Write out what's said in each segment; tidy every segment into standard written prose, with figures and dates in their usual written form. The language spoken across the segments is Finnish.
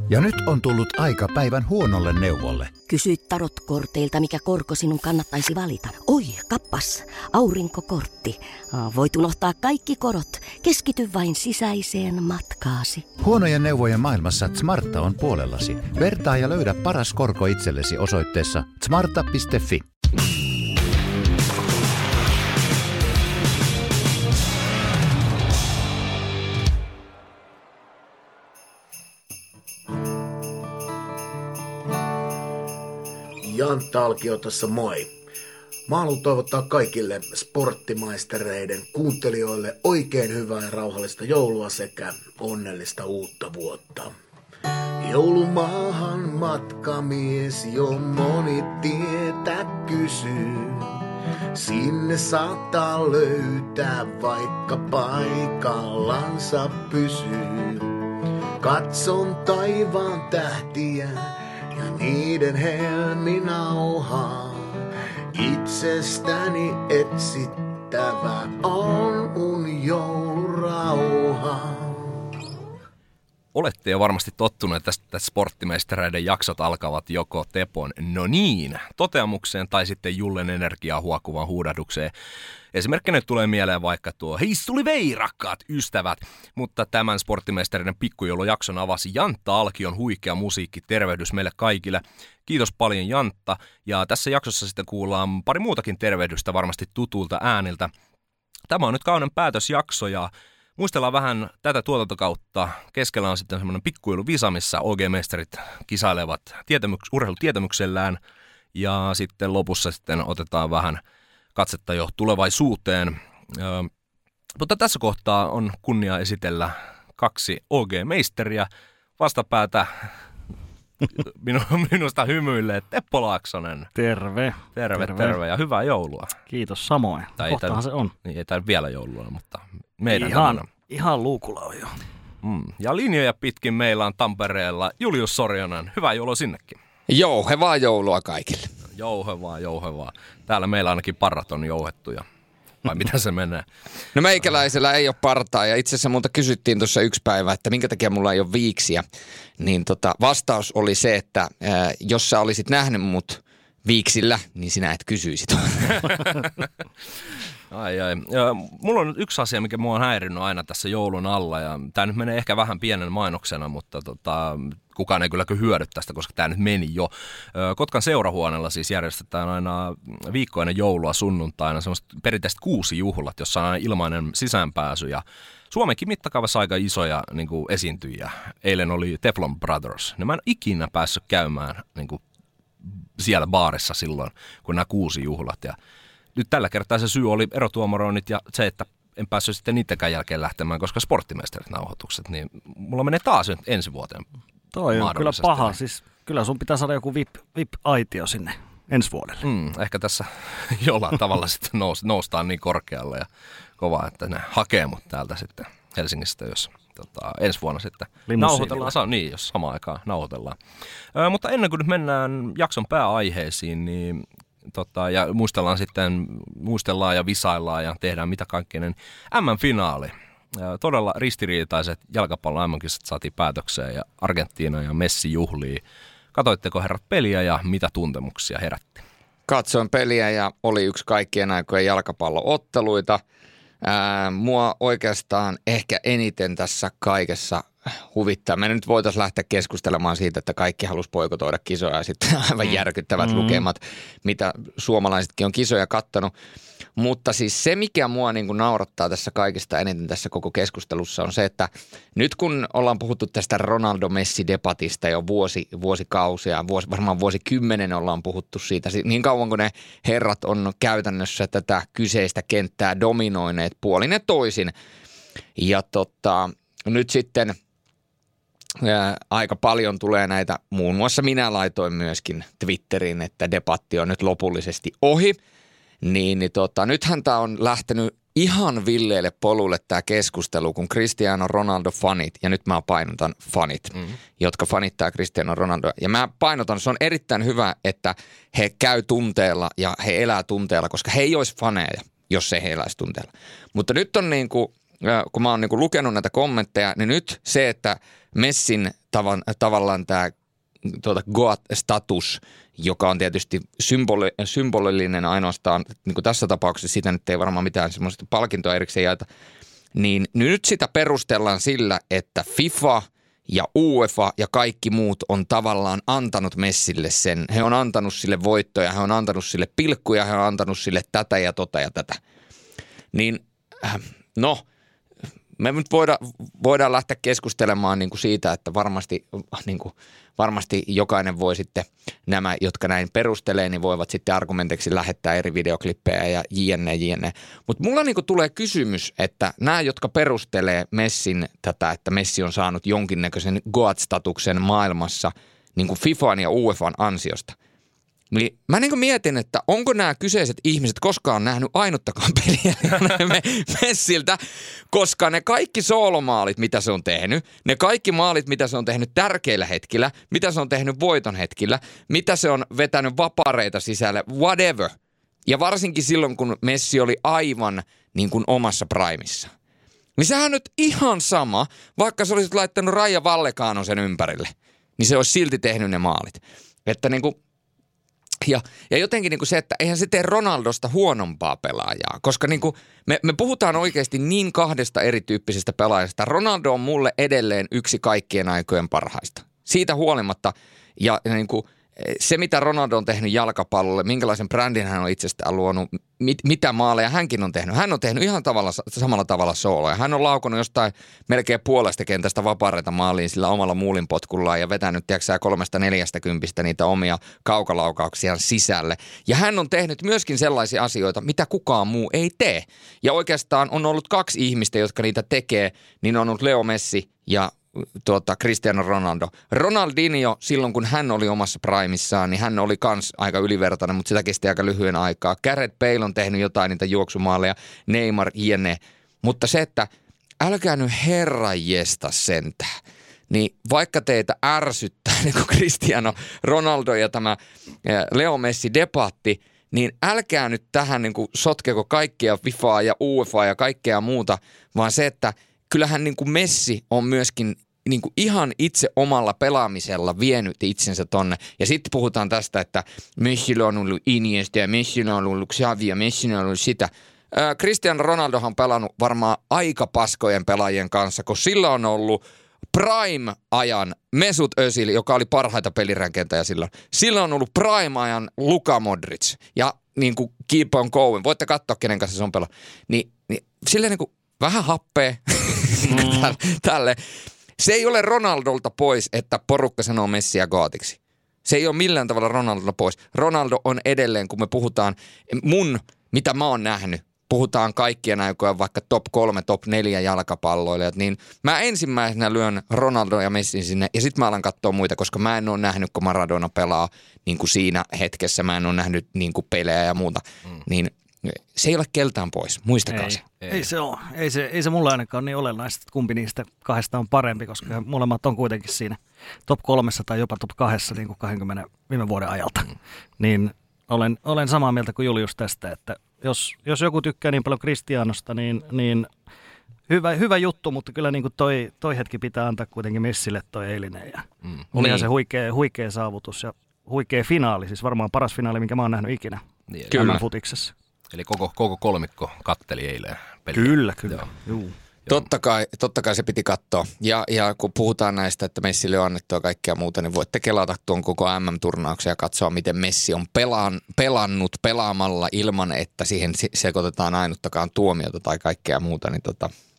Ja nyt on tullut aika päivän huonolle neuvolle. Kysy tarotkorteilta, mikä korko sinun kannattaisi valita. Oi, kappas, aurinkokortti. Voit unohtaa kaikki korot. Keskity vain sisäiseen matkaasi. Huonojen neuvojen maailmassa Smarta on puolellasi. Vertaa ja löydä paras korko itsellesi osoitteessa smarta.fi. Jantta Alkio tässä moi. Mä haluan toivottaa kaikille sporttimaistereiden kuuntelijoille oikein hyvää ja rauhallista joulua sekä onnellista uutta vuotta. Joulumaahan matkamies jo moni tietä kysyy. Sinne saattaa löytää vaikka paikallansa pysyy. Katson taivaan tähtiä ja niiden helminauhaa. Itsestäni etsittävä on joulurauha. Olette jo varmasti tottuneet, että sporttimeistereiden jaksot alkavat joko Tepon no niin toteamukseen tai sitten Jullen energiaa huokuvan huudahdukseen. Esimerkkinä nyt tulee mieleen vaikka tuo "Heissuli vei, rakkaat ystävät", mutta tämän sporttimeistereiden pikkujoulujakson avasi Jantta Alkion huikea musiikki. Tervehdys meille kaikille. Kiitos paljon Jantta. Ja tässä jaksossa sitten kuullaan pari muutakin tervehdystä varmasti tutulta ääniltä. Tämä on nyt kauden päätösjakso ja muistellaan vähän tätä tuotantokautta. Keskellä on sitten semmoinen pikkuiluvisa, missä OG-mestarit kisailevat urheilutietämyksellään. Ja sitten lopussa sitten otetaan vähän katsetta jo tulevaisuuteen. Mutta tässä kohtaa on kunnia esitellä 2 OG-meisteriä. Vastapäätä minusta hymyilee Teppo Laaksonen. Terve. Terve ja hyvää joulua. Kiitos samoin. Kohtahan se on. Niin, ei tämä vielä joulua, mutta meidän ihan luukulla on jo. Ja linjoja pitkin meillä on Tampereella Julius Sorjonen. Hyvää joulua sinnekin. Jouhevaa joulua kaikille. Jouhevaa. Täällä meillä ainakin parrat on jouhettuja. Vai mitä se menee? No meikäläisellä ei ole partaa ja itse asiassa multa kysyttiin tuossa yksi päivä, että minkä takia mulla ei ole viiksiä. Niin vastaus oli se, että jos sä olisit nähnyt mut viiksillä, niin sinä et kysyisit. Ai. Ja mulla on yksi asia, mikä mua on häirinnyt aina tässä joulun alla, ja tämä nyt menee ehkä vähän pienen mainoksena, mutta kukaan ei kyllä hyödy tästä, koska tämä nyt meni jo. Kotkan seurahuoneella siis järjestetään aina viikkoinen joulua sunnuntaina, semmoiset perinteiset 6 juhlat, jossa on aina ilmainen sisäänpääsy, ja Suomenkin mittakaavassa aika isoja niin kuin esiintyjiä. Eilen oli Teflon Brothers. Mä en ikinä päässyt käymään niin kuin siellä baarissa silloin, kun nämä 6 juhlat, ja nyt tällä kertaa se syy oli erotuomaroinnit ja se, että en päässyt sitten niitäkään jälkeen lähtemään, koska sporttimeisterit nauhoitukset, niin mulla menee taas ensi vuoteen. Toi on kyllä paha, siis kyllä sun pitää saada joku VIP-aitio sinne ensi vuodelle. Ehkä tässä jollain tavalla sitten noustaan niin korkealle ja kovaa, että ne hakee mut täältä sitten Helsingistä, jos ensi vuonna sitten nauhoitellaan. Niin, jos samaan aikaan nauhoitellaan. Mutta ennen kuin nyt mennään jakson pääaiheisiin, niin ja muistellaan ja visaillaan ja tehdään mitä kaikkea, niin MM-finaali. Todella ristiriitaiset jalkapallon MM-kisat saatiin päätökseen ja Argentiina ja Messi juhlii. Katoitteko herrat peliä ja mitä tuntemuksia herätti? Katsoin peliä ja oli yksi kaikkien aikojen jalkapallo-otteluita. Mua oikeastaan ehkä eniten tässä kaikessa huvittaa. Me nyt voitaisiin lähteä keskustelemaan siitä, että kaikki halusi boikotoida kisoja ja sitten aivan järkyttävät lukemat, mitä suomalaisetkin on kisoja kattanut. Mutta siis se, mikä mua niin kuin naurattaa tässä kaikista eniten tässä koko keskustelussa on se, että nyt kun ollaan puhuttu tästä Ronaldo-Messi-debatista jo vuosikausia, varmaan vuosikymmenen ollaan puhuttu siitä, niin kauan kuin ne herrat on käytännössä tätä kyseistä kenttää dominoineet puolin ja toisin. Ja nyt sitten aika paljon tulee näitä, muun muassa minä laitoin myöskin Twitteriin, että debatti on nyt lopullisesti ohi. Nythän tämä on lähtenyt ihan villeille polulle tämä keskustelu, kun Cristiano Ronaldo-fanit, ja nyt mä painotan fanit, jotka fanittaa Cristiano Ronaldoa. Ja mä painotan, se on erittäin hyvä, että he käy tunteella ja he elää tunteella, koska he ei olisi faneja, jos he eläisi tunteella. Mutta nyt on kun mä oon niin kuin lukenut näitä kommentteja, niin nyt se, että Messin tavallaan tämä GOAT-status, joka on tietysti symbolillinen ainoastaan, niin kuin tässä tapauksessa siitä nyt ei varmaan mitään semmoista palkintoa erikseen jaeta, niin nyt sitä perustellaan sillä, että FIFA ja UEFA ja kaikki muut on tavallaan antanut Messille sen. He on antanut sille voittoja, he on antanut sille pilkkuja, he on antanut sille tätä ja tota ja tätä. Niin no, me nyt voidaan lähteä keskustelemaan niin kuin siitä, että varmasti jokainen voi sitten, nämä, jotka näin perustelee, niin voivat sitten argumenteiksi lähettää eri videoklippejä ja jne. Mutta mulla niin kuin tulee kysymys, että nämä, jotka perustelee Messin tätä, että Messi on saanut jonkinnäköisen GOAT-statuksen maailmassa niin kuin FIFAn ja UEFAn ansiosta, niin mä niin kuin mietin, että onko nämä kyseiset ihmiset koskaan nähnyt ainuttakaan peliä Messiltä, koska ne kaikki soolomaalit, mitä se on tehnyt, ne kaikki maalit, mitä se on tehnyt tärkeillä hetkillä, mitä se on tehnyt voiton hetkillä, mitä se on vetänyt vapareita sisälle, whatever. Ja varsinkin silloin, kun Messi oli aivan niin kuin omassa primissa. Niin sehän on nyt ihan sama, vaikka sä olisit laittanut Raija Vallecano sen ympärille, niin se olisi silti tehnyt ne maalit. Että niin kuin ja jotenkin niin kuin se, että eihän se tee Ronaldosta huonompaa pelaajaa, koska niin kuin me puhutaan oikeasti niin kahdesta erityyppisestä pelaajasta. Ronaldo on mulle edelleen yksi kaikkien aikojen parhaista. Siitä huolimatta ja niin kuin se, mitä Ronaldo on tehnyt jalkapallolle, minkälaisen brändin hän on itsestään luonut, mitä maaleja hänkin on tehnyt. Hän on tehnyt ihan samalla tavalla sooloja. Hän on laukonut jostain melkein puolesta kentästä vapareita maaliin sillä omalla muulinpotkullaan ja vetänyt, tiedätkö 3-40 niitä omia kaukalaukauksiaan sisälle. Ja hän on tehnyt myöskin sellaisia asioita, mitä kukaan muu ei tee. Ja oikeastaan on ollut kaksi ihmistä, jotka niitä tekee, niin on ollut Leo Messi ja Cristiano Ronaldo. Ronaldinho silloin, kun hän oli omassa primissaan, niin hän oli kans aika ylivertainen, mutta sitä kesti aika lyhyen aikaa. Gareth Bale on tehnyt jotain niitä juoksumaaleja, Neymar, jne. Mutta se, että älkää nyt herranjesta sentään, niin vaikka teitä ärsyttää niin kuin Cristiano Ronaldo ja tämä Leo Messi debatti, niin älkää nyt tähän niin kuin sotkeko kaikkia FIFAa ja UEFAa ja kaikkea muuta, vaan se, että kyllähän niin kuin Messi on myöskin niin kuin ihan itse omalla pelaamisella vienyt itsensä tonne. Ja sitten puhutaan tästä, että Messillä on ollut Iniesta ja Messillä on ollut Xavi ja Messillä on ollut sitä. Cristiano Ronaldohan on pelannut varmaan aika paskojen pelaajien kanssa, kun sillä on ollut prime-ajan Mesut Özil, joka oli parhaita pelirakentajia silloin. Sillä on ollut prime-ajan Luka Modric ja niin kuin keep on going. Voitte katsoa, kenen kanssa se on pelannut. Niin silleen niin kuin vähän happea tälle. Se ei ole Ronaldolta pois, että porukka sanoo Messiä goatiksi. Se ei ole millään tavalla Ronaldolta pois. Ronaldo on edelleen, kun me puhutaan, mitä mä oon nähnyt, puhutaan kaikkien aikojen vaikka top 3, top 4 jalkapalloilijat, niin mä ensimmäisenä lyön Ronaldo ja Messin sinne ja sitten mä alan katsoa muita, koska mä en ole nähnyt, kun Maradona pelaa niin kuin siinä hetkessä, mä en ole nähnyt niin kuin pelejä ja muuta, niin se ei ole keltään pois, muistakaa se. Ei se ole. Ei se mulle ainakaan niin olennaista, että kumpi niistä kahdesta on parempi, koska molemmat on kuitenkin siinä top 3 tai jopa top 2 niin kuin 20 viime vuoden ajalta. Niin olen samaa mieltä kuin Julius tästä, että jos joku tykkää niin paljon Cristianosta, niin hyvä juttu, mutta kyllä niin kuin toi hetki pitää antaa kuitenkin Messille toi eilinen. Ja olihan se huikea saavutus ja huikea finaali, siis varmaan paras finaali, minkä mä oon nähnyt ikinä futiksessa. Eli koko kolmikko katteli eilen peliä. Kyllä. Juu. Totta kai se piti katsoa. Ja kun puhutaan näistä, että Messille on annettu ja kaikkea muuta, niin voitte kelata tuon koko MM-turnauksen ja katsoa, miten Messi on pelannut pelaamalla ilman, että siihen sekoitetaan ainuttakaan tuomiota tai kaikkea muuta. Niin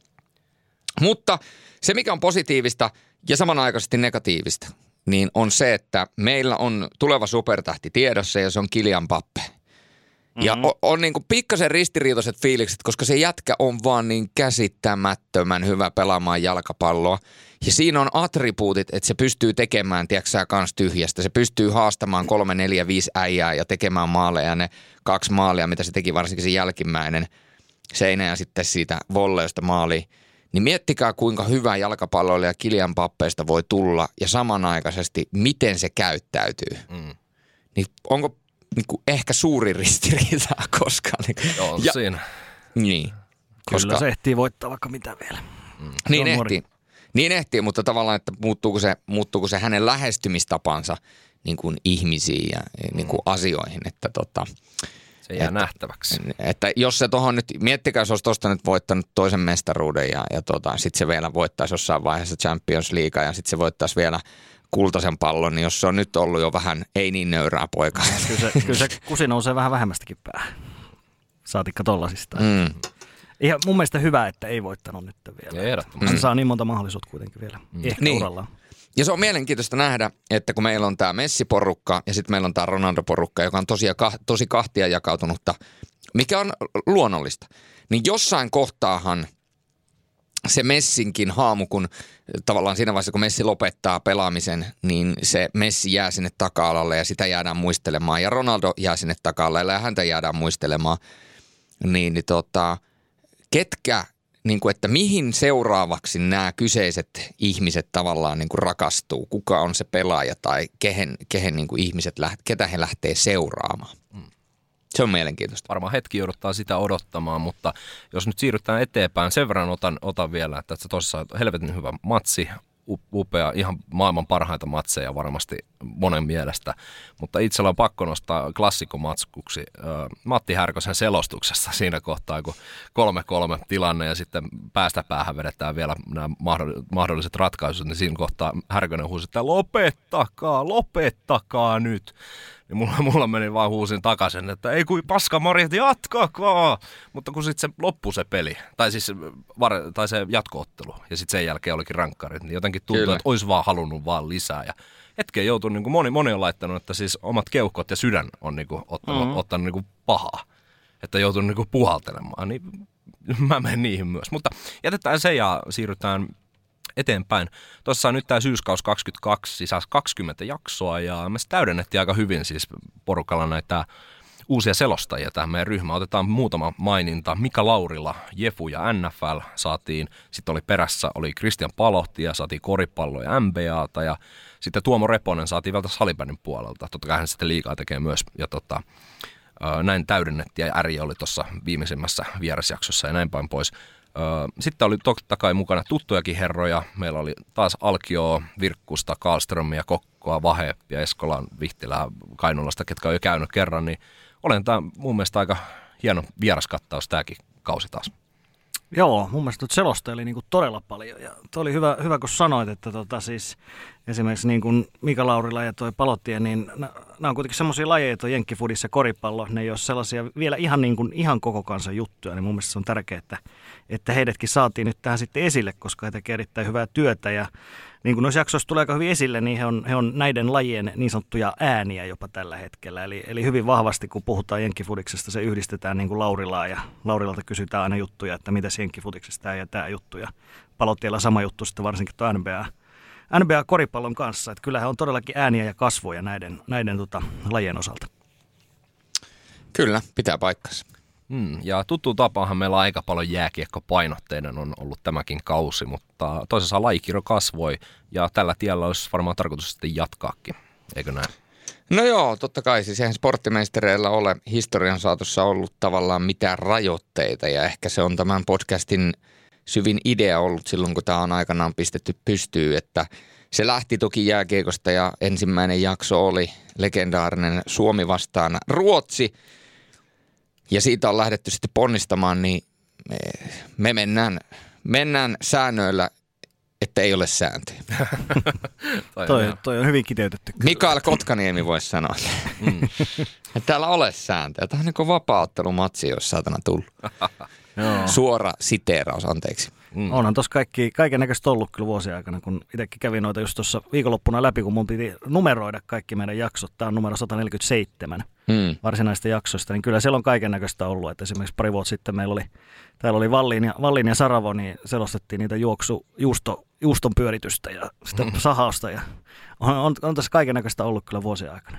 Mutta se, mikä on positiivista ja samanaikaisesti negatiivista, niin on se, että meillä on tuleva supertähti tiedossa ja se on Kylian Mbappé. Ja on niin kuin pikkasen ristiriitoiset fiilikset, koska se jätkä on vaan niin käsittämättömän hyvä pelaamaan jalkapalloa. Ja siinä on attribuutit, että se pystyy tekemään, tiedätkö kans tyhjästä. Se pystyy haastamaan 3, 4, 5 äijää ja tekemään maaleja. Ne 2 maalia, mitä se teki, varsinkin se jälkimmäinen seinä ja sitten siitä volleista maaliin. Niin miettikää, kuinka hyvä jalkapalloilija Kylian Mbappésta voi tulla ja samanaikaisesti, miten se käyttäytyy. Niin onko niin kuin ehkä suuri ristiriita koskaan. On siinä. Niin. Kyllä se ehtii voittaa vaikka mitä vielä. Niin ehtii, mutta tavallaan, että muuttuuko se hänen lähestymistapansa niin kuin ihmisiin ja niin kuin asioihin, että se jää nähtäväksi. Että jos se tuohon nyt, miettikää, jos olisi tuosta nyt voittanut toisen mestaruuden ja sitten se vielä voittaisi jossain vaiheessa Champions League ja sitten se voittaisi vielä kultaisen pallon, niin jos se on nyt ollut jo vähän ei niin nöyrää poikaa. Kyllä se kusi nousee vähän vähemmästäkin päähän. Saatikka tollasista. Ihan mun mielestä hyvä, että ei voittanut nyt vielä. Ehdottomasti. Se saa niin monta mahdollisuutta kuitenkin vielä. Ehkä niin. urallaan. Ja se on mielenkiintoista nähdä, että kun meillä on tämä Messi-porukka ja sitten meillä on tämä Ronaldo-porukka, joka on tosi kahtia jakautunutta, mikä on luonnollista, niin jossain kohtaahan se Messinkin haamu, kun tavallaan siinä vaiheessa, kun Messi lopettaa pelaamisen, niin se Messi jää sinne taka-alalle ja sitä jäädään muistelemaan. Ja Ronaldo jää sinne taka-alalle ja häntä jäädään muistelemaan. Ketkä, niin kuin, että mihin seuraavaksi nämä kyseiset ihmiset tavallaan niin kuin rakastuu? Kuka on se pelaaja tai kehen niin kuin ihmiset, ketä he lähtee seuraamaan? Se on mielenkiintoista. Varmaan hetki jouduttaa sitä odottamaan, mutta jos nyt siirrytään eteenpäin, sen verran otan vielä, että se tosiaan on helvetin hyvä matsi, upea, ihan maailman parhaita matseja varmasti monen mielestä, mutta itsellä on pakko nostaa klassikkomatskuksi Matti Härkösen selostuksessa siinä kohtaa, kun 3-3 tilanne ja sitten päästä päähän vedetään vielä nämä mahdolliset ratkaisut, niin siinä kohtaa Härkönen huusi, että lopettakaa nyt. Niin mulla meni vaan huusin takaisin, että ei kuin paska morjat, jatkakaa! Mutta kun sitten se loppui se peli, tai se jatko-ottelu, ja sitten sen jälkeen olikin rankkarit, niin jotenkin tuntui, että olisi vaan halunnut vaan lisää. Ja hetkeen joutui, niin kuin moni on laittanut, että siis omat keuhkot ja sydän on niin kuin ottanut niin kuin pahaa, että joutunut niin kuin puhaltelemaan, niin mä menen niihin myös. Mutta jätetään se ja siirrytään eteenpäin. Tuossa on nyt tämä syyskaus 22, siis 20 jaksoa ja me täydennettiin aika hyvin siis porukalla näitä uusia selostajia tähän meidän ryhmään. Otetaan muutama maininta. Mika Laurila, Jefu ja NFL saatiin. Sitten oli perässä Kristian Palohti ja saatiin koripallo ja NBAta ja sitten Tuomo Reponen saatiin vielä salibändin puolelta. Totta kai hän sitten liigaa tekee myös ja näin täydennettiin ja Äri oli tuossa viimeisimmässä vierasjaksossa ja näin päin pois. Sitten oli totta kai mukana tuttujakin herroja. Meillä oli taas Alkioa, Virkkusta, Karlströmiä, Kokkoa, Vaheppia, Eskolan, Vihtilää, Kainulasta, ketkä on jo käynyt kerran. Niin olen tämä mun mielestä aika hieno vieraskattaus tämäkin kausi taas. Joo, mun mielestä selosteli niin kuin todella paljon ja toi oli hyvä kun sanoit, että siis esimerkiksi niin kuin Mika Laurila ja toi Palotie, niin nämä on kuitenkin semmoisia lajeja, että jenkkifudissa ja koripallo, ne ei ole sellaisia vielä ihan koko kansan juttuja, niin mun mielestä se on tärkeää, että heidätkin saatiin nyt tähän sitten esille, koska he tekevät erittäin hyvää työtä ja niin kuin noissa jaksoissa tulee aika hyvin esille, niin he on näiden lajien niin sanottuja ääniä jopa tällä hetkellä. Eli hyvin vahvasti, kun puhutaan jenkkifudiksesta, se yhdistetään niin kuin Laurilaa ja Laurilalta kysytään aina juttuja, että mitäs jenkkifutiksesta tämä ja tämä juttu. Ja Palottiella sama juttu sitten varsinkin tuo NBA-koripallon kanssa. Että kyllähän on todellakin ääniä ja kasvoja näiden lajien osalta. Kyllä, pitää paikkansa. Ja tuttu tapahan meillä aika paljon jääkiekkopainotteinen on ollut tämäkin kausi, mutta toisaalta lajikirjo kasvoi ja tällä tiellä olisi varmaan tarkoitus sitten jatkaakin, eikö näin? No joo, totta kai. Siis eihän sporttimeistereillä ole historian saatossa ollut tavallaan mitään rajoitteita ja ehkä se on tämän podcastin syvin idea ollut silloin, kun tämä on aikanaan pistetty pystyyn, että se lähti toki jääkiekosta ja ensimmäinen jakso oli legendaarinen Suomi vastaan Ruotsi. Ja siitä on lähdetty sitten ponnistamaan, niin me mennään säännöillä, että ei ole sääntöjä. toi on hyvin kiteytetty. Mikael Kotkaniemi voisi sanoa. Että täällä ole sääntöjä. Tämä on niin kuin vapaa-ottelumatsi, jos saatana tullut. Suora siteeraus, anteeksi. Onhan tuossa kaiken näköistä ollut kyllä vuosien aikana, kun itsekin kävin noita just tuossa viikonloppuna läpi, kun mun piti numeroida kaikki meidän jaksot. Tämä on numero 147 varsinaista jaksoista, niin kyllä siellä on kaiken näköistä ollut. Että esimerkiksi pari vuotta sitten täällä oli Vallin ja Saravo, niin selostettiin niitä juuston pyöritystä ja sitä sahausta. Ja on tässä kaiken näköistä ollut kyllä vuosien aikana.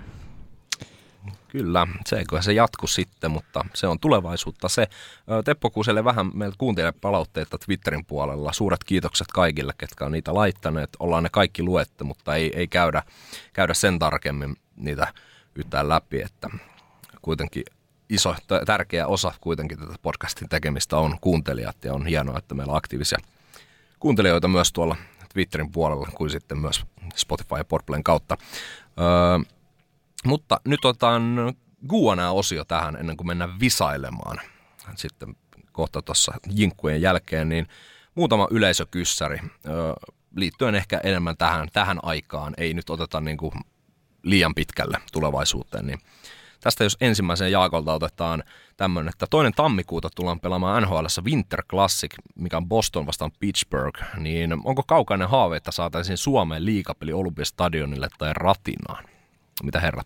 Kyllä, se jatku sitten, mutta se on tulevaisuutta se. Teppo Kuuselle vähän meiltä kuuntelijapalautteita Twitterin puolella. Suuret kiitokset kaikille, ketkä on niitä laittaneet. Ollaan ne kaikki luettu, mutta ei käydä sen tarkemmin niitä yhtään läpi, että kuitenkin iso, tärkeä osa kuitenkin tätä podcastin tekemistä on kuuntelijat, ja on hienoa, että meillä on aktiivisia kuuntelijoita myös tuolla Twitterin puolella, kuin sitten myös Spotify ja Podplayn kautta. Mutta nyt otetaan Q&A-osio tähän ennen kuin mennään visailemaan. Sitten kohta tuossa jinkkujen jälkeen, niin muutama yleisökyssäri liittyen ehkä enemmän tähän aikaan. Ei nyt oteta niin kuin liian pitkälle tulevaisuuteen. Niin tästä jos ensimmäisen Jaakolta otetaan tämmöinen, että 2. tammikuuta tullaan pelaamaan NHL:ssä Winter Classic, mikä on Boston vastaan Pittsburgh. Niin onko kaukainen haave, että saataisiin Suomeen liigapeli Olympiastadionille tai Ratinaan? Mitä herrat?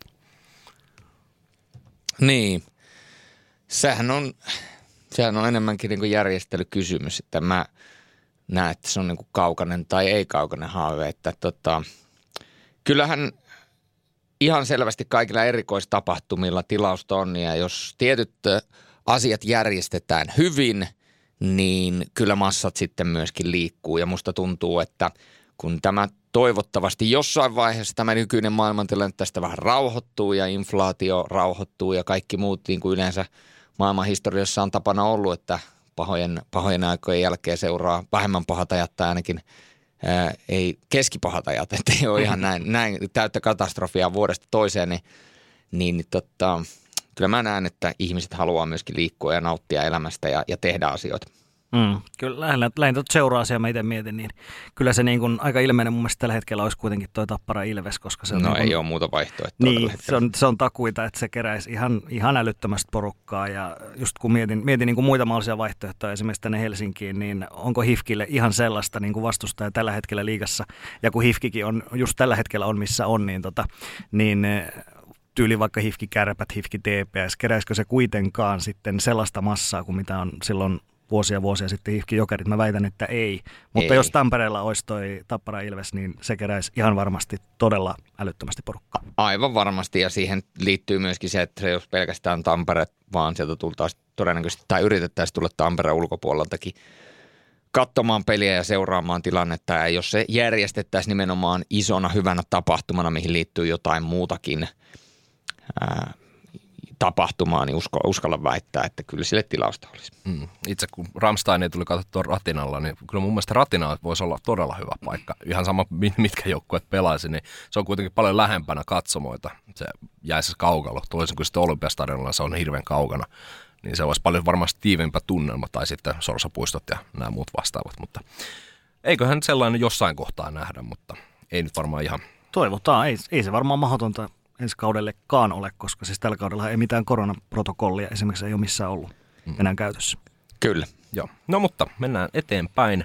Niin, sehän on enemmänkin niin kuin järjestelykysymys, että mä näen, että se on niin kuin kaukainen tai ei kaukainen haave, että kyllähän ihan selvästi kaikilla erikoistapahtumilla tilausta on, ja jos tietyt asiat järjestetään hyvin, niin kyllä massat sitten myöskin liikkuu, ja musta tuntuu, että kun tämä toivottavasti jossain vaiheessa tämä nykyinen maailmantilanne tästä vähän rauhoittuu ja inflaatio rauhoittuu ja kaikki muut niin kuin yleensä maailman historiassa on tapana ollut, että pahojen aikojen jälkeen seuraa vähemmän pahat ajat tai ainakin ei keskipahat ajat, että ei ole ihan näin täyttä katastrofia vuodesta toiseen, niin kyllä mä näen, että ihmiset haluaa myöskin liikkua ja nauttia elämästä ja tehdä asioita. Kyllä lähinnä seuraa-asiaa mä itse mietin, niin kyllä se niin kuin aika ilmeinen mun mielestä tällä hetkellä olisi kuitenkin toi Tappara Ilves, koska se on... No niin kuin, ei ole muuta vaihtoehtoa. Niin, se on takuita, että se keräisi ihan älyttömästä porukkaa, ja just kun mietin niin kuin muita mahdollisia vaihtoehtoja esimerkiksi tänne Helsinkiin, niin onko HIFKille ihan sellaista niin kuin vastustaja tällä hetkellä liigassa, ja kun HIFKikin on just tällä hetkellä on missä on, niin tyyli vaikka HIFK Kärpät, HIFK TPS, keräisikö se kuitenkaan sitten sellaista massaa kuin mitä on silloin vuosia sitten HIFK Jokerit, mä väitän, että ei. Mutta jos Tampereella olisi toi Tappara Ilves, niin se keräisi ihan varmasti todella älyttömästi porukkaa. Aivan varmasti, ja siihen liittyy myöskin se, että se ei ole pelkästään Tampere, vaan sieltä tultaisiin todennäköisesti, tai yritettäisiin tulla Tampereen ulkopuoleltakin katsomaan peliä ja seuraamaan tilannetta, ja jos se järjestettäisiin nimenomaan isona hyvänä tapahtumana, mihin liittyy jotain muutakin tapahtumaa, niin uskalla väittää, että kyllä sille tilausta olisi. Itse kun Ramstein tuli katsottua Ratinalla, niin kyllä mun mielestä Ratina voisi olla todella hyvä paikka. Ihan sama, mitkä joukkueet pelaisi, niin se on kuitenkin paljon lähempänä katsomoita. Se jäisi kaukalo. Toisin kuin sitten Olympiastadionilla se on hirveän kaukana. Niin se olisi paljon varmasti tiiviimpä tunnelma, tai sitten Sorsapuistot ja nämä muut vastaavat. Mutta eiköhän sellainen jossain kohtaa nähdä, mutta ei nyt varmaan ihan... Toivotaan, ei se varmaan mahdotonta ensi kaudellekaan ole, koska siis tällä kaudella ei mitään koronaprotokollia esimerkiksi ei ole missään ollut enää käytössä. Kyllä. Joo. No mutta mennään eteenpäin.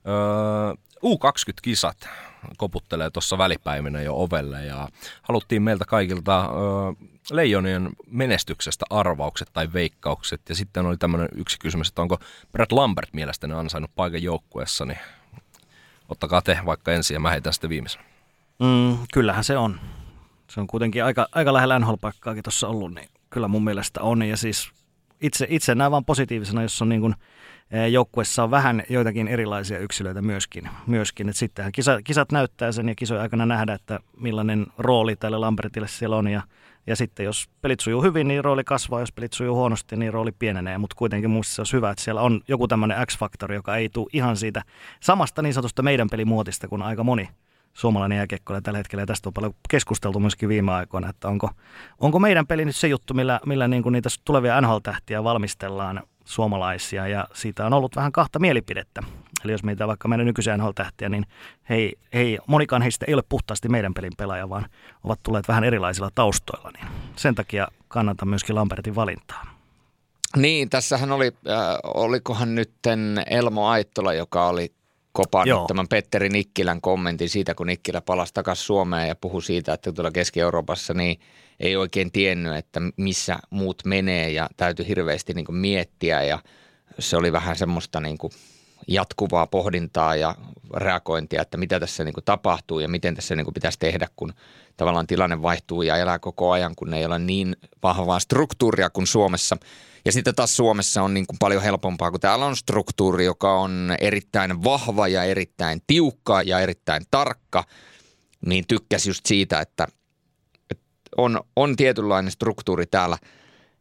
U20-kisat koputtelee tuossa välipäivinä jo ovelle, ja haluttiin meiltä kaikilta Leijonien menestyksestä arvaukset tai veikkaukset, ja sitten oli tämmöinen yksi kysymys, että onko Brad Lambert mielestäni ansainnut paikan joukkueessa, niin ottakaa te vaikka ensin ja mä heitän sitten viimeisen. Kyllähän se on. Se on kuitenkin aika lähellä NHL-paikkaakin tuossa ollut, niin kyllä mun mielestä on. Ja siis itse näen vaan positiivisena, jos on niin kuin joukkueessa on vähän joitakin erilaisia yksilöitä myöskin. Että sittenhän kisat näyttää sen ja kisojen aikana nähdä, että millainen rooli tälle Lambertille siellä on. Ja sitten jos pelit sujuu hyvin, niin rooli kasvaa. Jos pelit sujuu huonosti, niin rooli pienenee. Mutta kuitenkin muista se olisi hyvä, että siellä on joku tämmöinen X-faktori, joka ei tule ihan siitä samasta niin sanotusta meidän pelimuotista kuin aika moni suomalainen jääkiekko tällä hetkellä, ja tästä on paljon keskusteltu myöskin viime aikoina, että onko meidän peli nyt se juttu, millä niin kuin niitä tulevia NHL-tähtiä valmistellaan suomalaisia, ja siitä on ollut vähän kahta mielipidettä. Eli jos meitä vaikka meidän nykyisiä NHL-tähtiä, niin monikaan heistä ei ole puhtaasti meidän pelin pelaaja, vaan ovat tulleet vähän erilaisilla taustoilla, niin sen takia kannatan myöskin Lambertin valintaa. Niin, tässähän olikohan nytten Elmo Aittola, joka oli kopannut tämän Petteri Nikkilän kommentin siitä, kun Nikkilä palasi takaisin Suomeen ja puhui siitä, että tuolla Keski-Euroopassa niin ei oikein tiennyt, että missä muut menee, ja täytyy hirveästi niin kuin miettiä, ja se oli vähän semmoista niin kuin jatkuvaa pohdintaa ja reagointia, että mitä tässä niin kuin tapahtuu ja miten tässä niin kuin pitäisi tehdä, kun tavallaan tilanne vaihtuu ja elää koko ajan, kun ei ole niin vahvaa struktuuria kuin Suomessa. Ja sitten taas Suomessa on niin kuin paljon helpompaa, kun täällä on struktuuri, joka on erittäin vahva ja erittäin tiukka ja erittäin tarkka, niin tykkäsi just siitä, että on tietynlainen struktuuri täällä.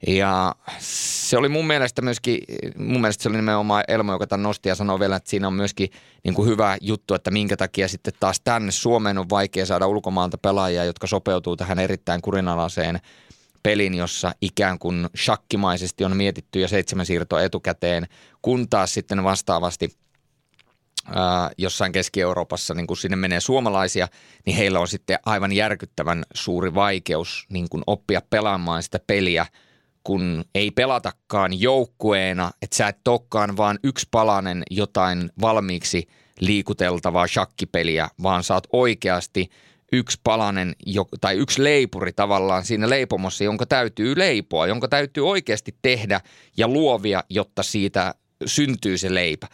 Ja se oli mun mielestä se oli nimenomaan Elmo, joka tämän nosti ja sanoi vielä, että siinä on myöskin niin kuin hyvä juttu, että minkä takia sitten taas tänne Suomeen on vaikea saada ulkomaalta pelaajia, jotka sopeutuu tähän erittäin kurinalaiseen pelin, jossa ikään kuin shakkimaisesti on mietitty ja 7 siirtoa etukäteen, kun taas sitten vastaavasti jossain Keski-Euroopassa, niin kun sinne menee suomalaisia, niin heillä on sitten aivan järkyttävän suuri vaikeus niin kun oppia pelaamaan sitä peliä, kun ei pelatakaan joukkueena, että sä et olekaan vaan yksi palanen jotain valmiiksi liikuteltavaa shakkipeliä, vaan sä oot oikeasti yksi palanen tai yksi leipuri tavallaan siinä leipomossa, jonka täytyy leipoa, jonka täytyy oikeasti tehdä ja luovia, jotta siitä syntyy se leipä.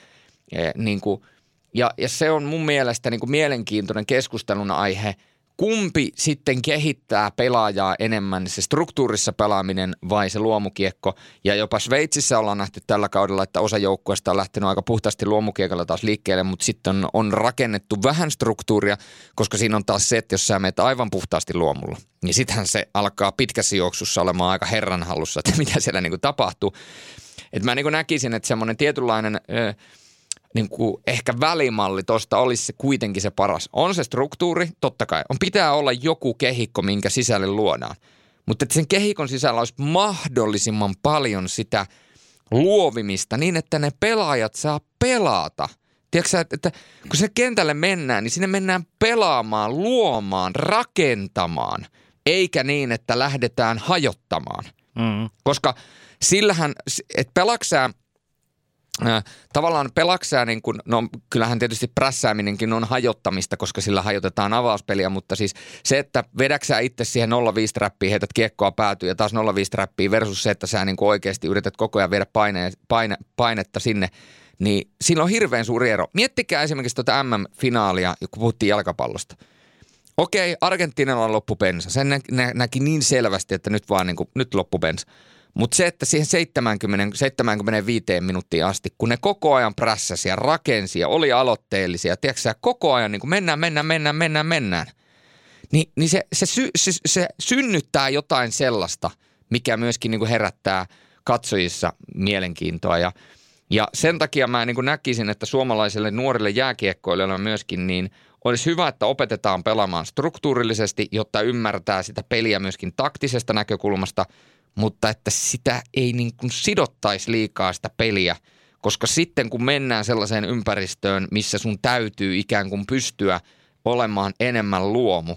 Ja se on mun mielestä niin kuin mielenkiintoinen keskustelun aihe. Kumpi sitten kehittää pelaajaa enemmän, se struktuurissa pelaaminen vai se luomukiekko? Ja jopa Sveitsissä ollaan nähty tällä kaudella, että osa joukkueesta on lähtenyt aika puhtaasti luomukiekolla taas liikkeelle, mutta sitten on rakennettu vähän struktuuria, koska siinä on taas se, että jos sä menet aivan puhtaasti luomulla, niin sittenhän se alkaa pitkässä juoksussa olemaan aika herran hallussa, että mitä siellä niin kuin tapahtuu. Että mä niin kuin näkisin, että semmoinen tietynlainen niin kuin ehkä välimalli tuosta olisi se kuitenkin se paras. On se struktuuri, totta kai. Pitää olla joku kehikko, minkä sisälle luodaan. Mutta että sen kehikon sisällä olisi mahdollisimman paljon sitä luovimista niin, että ne pelaajat saa pelata. Tiedätkö sä, että kun se kentälle mennään, niin sinne mennään pelaamaan, luomaan, rakentamaan, eikä niin, että lähdetään hajottamaan. Koska sillähän, että pelaksää tavallaan pelaksää niin kuin, no kyllähän tietysti prässääminenkin on hajottamista, koska sillä hajotetaan avauspeliä, mutta siis se, että vedäksää itse siihen 0-5 räppiin, heität kiekkoa päätyy ja taas 0-5 räppiin versus se, että sä niin kuin oikeasti yrität koko ajan viedä painetta sinne, niin siinä on hirveän suuri ero. Miettikää esimerkiksi tuota MM-finaalia, kun puhuttiin jalkapallosta. Okei, Argentiinalla on loppupensa. Sen näki niin selvästi, että nyt vaan niin kuin, nyt loppupensa. Mutta se, että siihen 75 minuuttiin asti, kun ne koko ajan prässäsi ja rakensi ja oli aloitteellisia, tiedätkö sä, koko ajan niin kuin mennään, niin se synnyttää jotain sellaista, mikä myöskin niin kuin herättää katsojissa mielenkiintoa. Ja sen takia mä niin kuin näkisin, että suomalaisille nuorille jääkiekkoilijoille myöskin niin olisi hyvä, että opetetaan pelaamaan struktuurillisesti, jotta ymmärtää sitä peliä myöskin taktisesta näkökulmasta, mutta että sitä ei niin kuin sidottaisi liikaa sitä peliä, koska sitten kun mennään sellaiseen ympäristöön, missä sun täytyy ikään kuin pystyä olemaan enemmän luomu,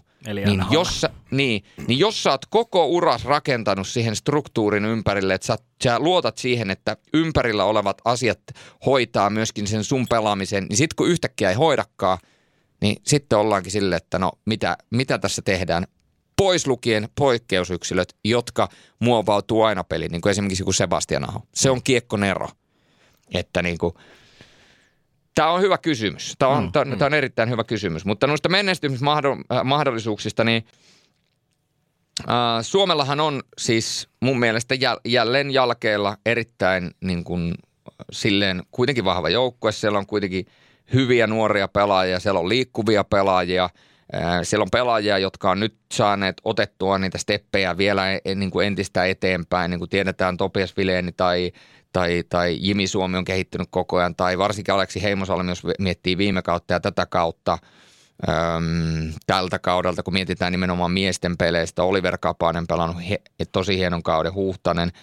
niin jos sä oot koko uras rakentanut siihen struktuurin ympärille, että sä luotat siihen, että ympärillä olevat asiat hoitaa myöskin sen sun pelaamisen, niin sitten kun yhtäkkiä ei hoidakaan, niin sitten ollaankin silleen, että no mitä tässä tehdään? Pois lukien poikkeusyksilöt, jotka muovautuu aina peliin, niin kuin esimerkiksi joku Sebastian Aho. Se on kiekkonero. Että niin kuin, tämä on hyvä kysymys. Tämä on erittäin hyvä kysymys. Mutta noista menestymismahdollisuuksista, niin Suomellahan on siis mun mielestä jälleen jalkeilla erittäin niin kuin, silleen kuitenkin vahva joukkue. Siellä on kuitenkin hyviä nuoria pelaajia, siellä on liikkuvia pelaajia. Siellä on pelaajia, jotka on nyt saaneet otettua niitä steppejä vielä niin kuin entistä eteenpäin. Niin kuin tiedetään, Topias Vileni tai Jimi Suomi on kehittynyt koko ajan. Tai varsinkin Aleksi Heimosalmi, jos miettii viime kautta ja tätä kautta tältä kaudelta, kun mietitään nimenomaan miesten peleistä. Oliver Kapanen pelannut tosi hienon kauden, Huhtanen.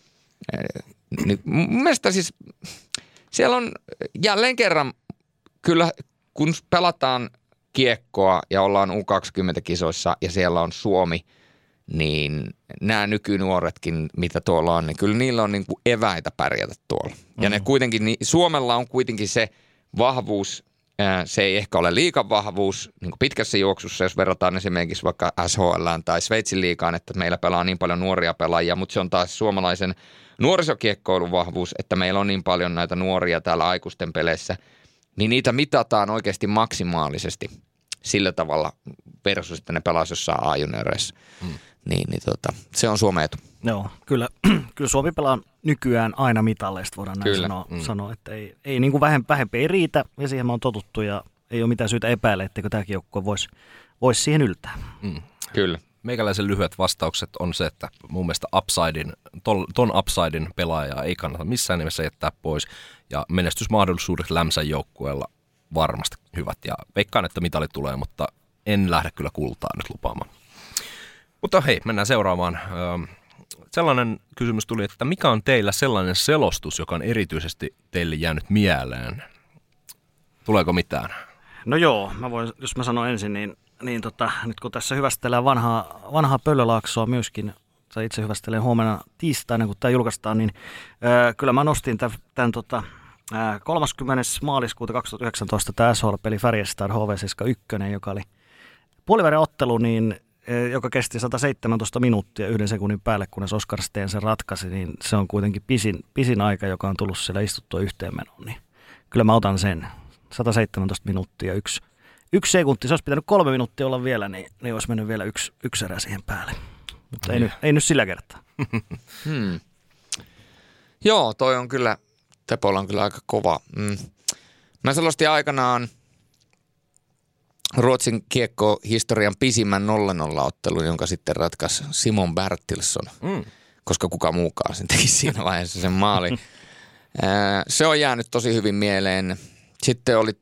Niin mun mielestä siis siellä on jälleen kerran kyllä, kun pelataan kiekkoa ja ollaan U20-kisoissa ja siellä on Suomi, niin nämä nykynuoretkin, mitä tuolla on, niin kyllä niillä on niin kuin eväitä pärjätä tuolla. Ja ne kuitenkin, niin Suomella on kuitenkin se vahvuus, se ei ehkä ole liigan vahvuus niin kuin pitkässä juoksussa, jos verrataan esimerkiksi vaikka SHL:ään tai Sveitsin liigaan, että meillä pelaa niin paljon nuoria pelaajia, mutta se on taas suomalaisen nuorisokiekkoilun vahvuus, että meillä on niin paljon näitä nuoria täällä aikuisten peleissä, niin niitä mitataan oikeasti maksimaalisesti sillä tavalla versus, että ne pelaisi jossain A-junioreissa. Se on Suomen etu. Joo, kyllä Suomi pelaa nykyään aina mitalleista, voidaan näin sanoa, että ei niin kuin vähempi ei riitä, ja siihen me on totuttu, ja ei ole mitään syytä epäillä, etteikö tämäkin joukkue voisi siihen yltää. Kyllä. meikäläisen lyhyet vastaukset on se, että mun mielestä ton upsidein pelaajaa ei kannata missään nimessä jättää pois. Ja menestysmahdollisuudet Lämsän joukkueella varmasti hyvät. Ja veikkaan, että mitali tulee, mutta en lähde kyllä kultaa nyt lupaamaan. Mutta hei, mennään seuraavaan. Sellainen kysymys tuli, että mikä on teillä sellainen selostus, joka on erityisesti teille jäänyt mieleen? Tuleeko mitään? No joo, jos mä sanon ensin, niin nyt kun tässä hyvästellään vanhaa Pöllölaaksoa myöskin, tai itse hyvästelen huomenna tiistaina, kun tämä julkaistaan, niin kyllä mä nostin tämän 30. maaliskuuta 2019 tämä SHL-peli Färjestad HV71, joka oli puolivälin ottelu, niin joka kesti 117 minuuttia 1 sekunnin päälle, kunnes Oskar Steen sen ratkaisi, niin se on kuitenkin pisin aika, joka on tullut siellä istuttua yhteenmenoon. Niin kyllä mä otan sen. 117 minuuttia, yksi sekunti. Se olisi pitänyt 3 minuuttia olla vielä, niin olisi mennyt vielä yksi erä siihen päälle. Mutta ei nyt sillä kertaa. Joo, toi on kyllä, Tepolla on kyllä aika kova. Mä selostin aikanaan Ruotsin kiekko-historian pisimmän 0-0-ottelun, jonka sitten ratkaisi Simon Bertilsson, koska kuka muukaan sen teki siinä vaiheessa sen maalin. Se on jäänyt tosi hyvin mieleen. Sitten oli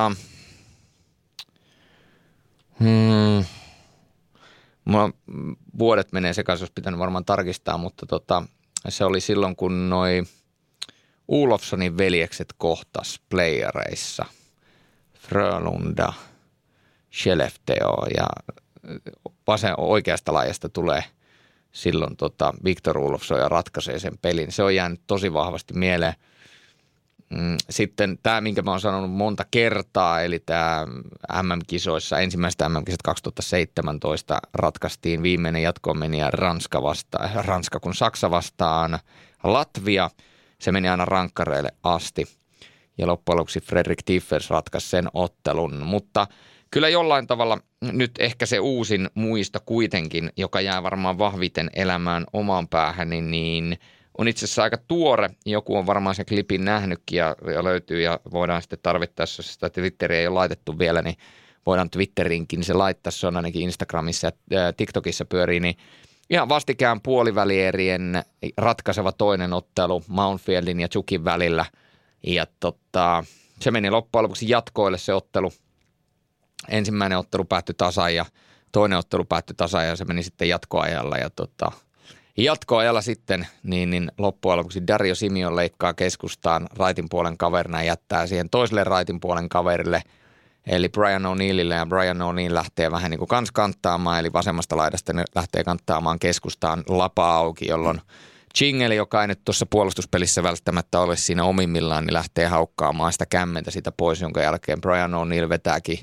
mulla vuodet menee sekaisin, olisi pitänyt varmaan tarkistaa, mutta se oli silloin, kun noi Olofssonin veljekset kohtas playereissa. Frölunda, Skellefteå ja oikeasta laajasta tulee silloin Victor Olofsson ja ratkaisee sen pelin. Se on jäänyt tosi vahvasti mieleen. Sitten tämä, minkä mä oon sanonut monta kertaa, eli tämä MM-kisoissa, ensimmäistä MM-kisat 2017 ratkaistiin viimeinen jatkoon meni Ranska kun Saksa vastaan Latvia. Se meni aina rankkareille asti ja loppujen lopuksi Fredrik Tiffers ratkaisi sen ottelun, mutta kyllä jollain tavalla nyt ehkä se uusin muisto kuitenkin, joka jää varmaan vahviten elämään omaan päähän, niin on itse asiassa aika tuore. Joku on varmaan sen klipin nähnytkin ja löytyy ja voidaan sitten tarvittaessa, jos sitä Twitteriä ei ole laitettu vielä, niin voidaan Twitterinkin se laittaa. Se on ainakin Instagramissa ja TikTokissa pyörii, niin ihan vastikään puolivälierien ratkaiseva toinen ottelu Mountfieldin ja Chukin välillä. Ja se meni loppujen lopuksi jatkoille se ottelu. Ensimmäinen ottelu päättyi tasan ja toinen ottelu päättyi tasan ja se meni sitten jatkoajalla ja jatkoajalla sitten, niin loppujen lopuksi Dario Simeon leikkaa keskustaan raitin puolen kaverina ja jättää siihen toiselle raitin puolen kaverille, eli Brian O'Neillille, ja Brian O'Neill lähtee vähän niin kuin kans kanttaamaan, eli vasemmasta laidasta ne lähtee kanttaamaan keskustaan lapa auki, jolloin Chingeli, joka ei nyt tuossa puolustuspelissä välttämättä ole siinä omimmillaan, niin lähtee haukkaamaan sitä kämmentä sitä pois, jonka jälkeen Brian O'Neill vetääkin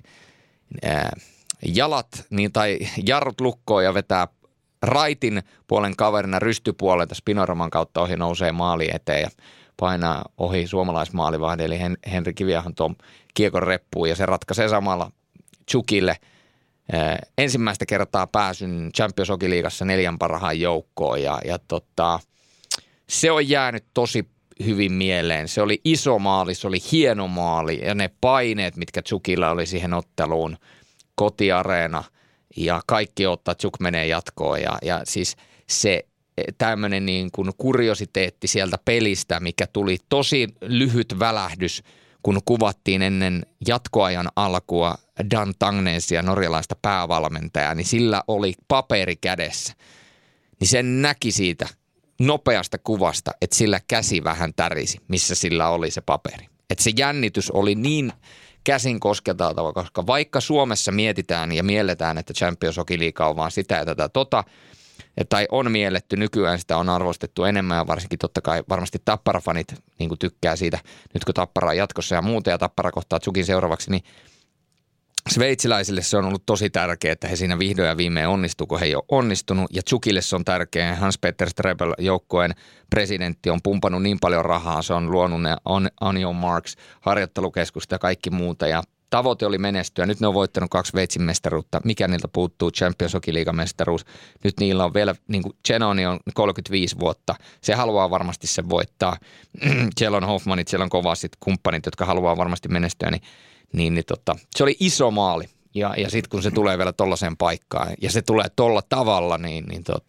jarrut lukkoon ja vetää raitin puolen kaverina rystypuolelta Spinoraman kautta ohi nousee maali eteen ja painaa ohi suomalaismaalivahdin, eli Henri Kiviahan tuon kiekon reppuun ja se ratkaisee samalla Chukille ensimmäistä kertaa pääsyn Champions Hockey-liigassa 4 parhaan joukkoon ja se on jäänyt tosi hyvin mieleen. Se oli iso maali, se oli hieno maali ja ne paineet, mitkä Chukilla oli siihen otteluun, kotiareena ja kaikki ottaa, Chuk menee jatkoon ja siis se tämmöinen niin kuin kuriositeetti sieltä pelistä, mikä tuli tosi lyhyt välähdys, kun kuvattiin ennen jatkoajan alkua Dan Tangnesia, norjalaista päävalmentajaa, niin sillä oli paperi kädessä. Niin sen näki siitä nopeasta kuvasta, että sillä käsi vähän tärisi, missä sillä oli se paperi. Että se jännitys oli niin käsin kosketeltava, koska vaikka Suomessa mietitään ja mielletään, että Champions Hockey-liiga on vaan sitä ja tätä tai on mielletty, nykyään sitä on arvostettu enemmän ja varsinkin totta kai varmasti Tappara-fanit niin kuin tykkää siitä, nyt kun Tappara on jatkossa ja muuta ja Tappara kohtaa Chukin seuraavaksi, niin sveitsiläisille se on ollut tosi tärkeää, että he siinä vihdoin ja viimein onnistuu, kun he ei ole onnistunut. Ja Chukille se on tärkeää. Hans-Peter Strebel, joukkueen presidentti, on pumpannut niin paljon rahaa. Se on luonut ne Onion Marks, harjoittelukeskusta ja kaikki muuta. Ja tavoite oli menestyä. Nyt ne on voittanut 2 Sveitsin mestaruutta. Mikä niiltä puuttuu? Champions Hockey-liigan mestaruus. Nyt niillä on vielä, niin kuin Genoni on 35 vuotta. Se haluaa varmasti sen voittaa. Siellä on Hoffmanit, siellä on kovasti kumppanit, jotka haluaa varmasti menestyä. Se oli iso maali Ja sitten kun se tulee vielä tollaiseen paikkaan ja se tulee tolla tavalla, niin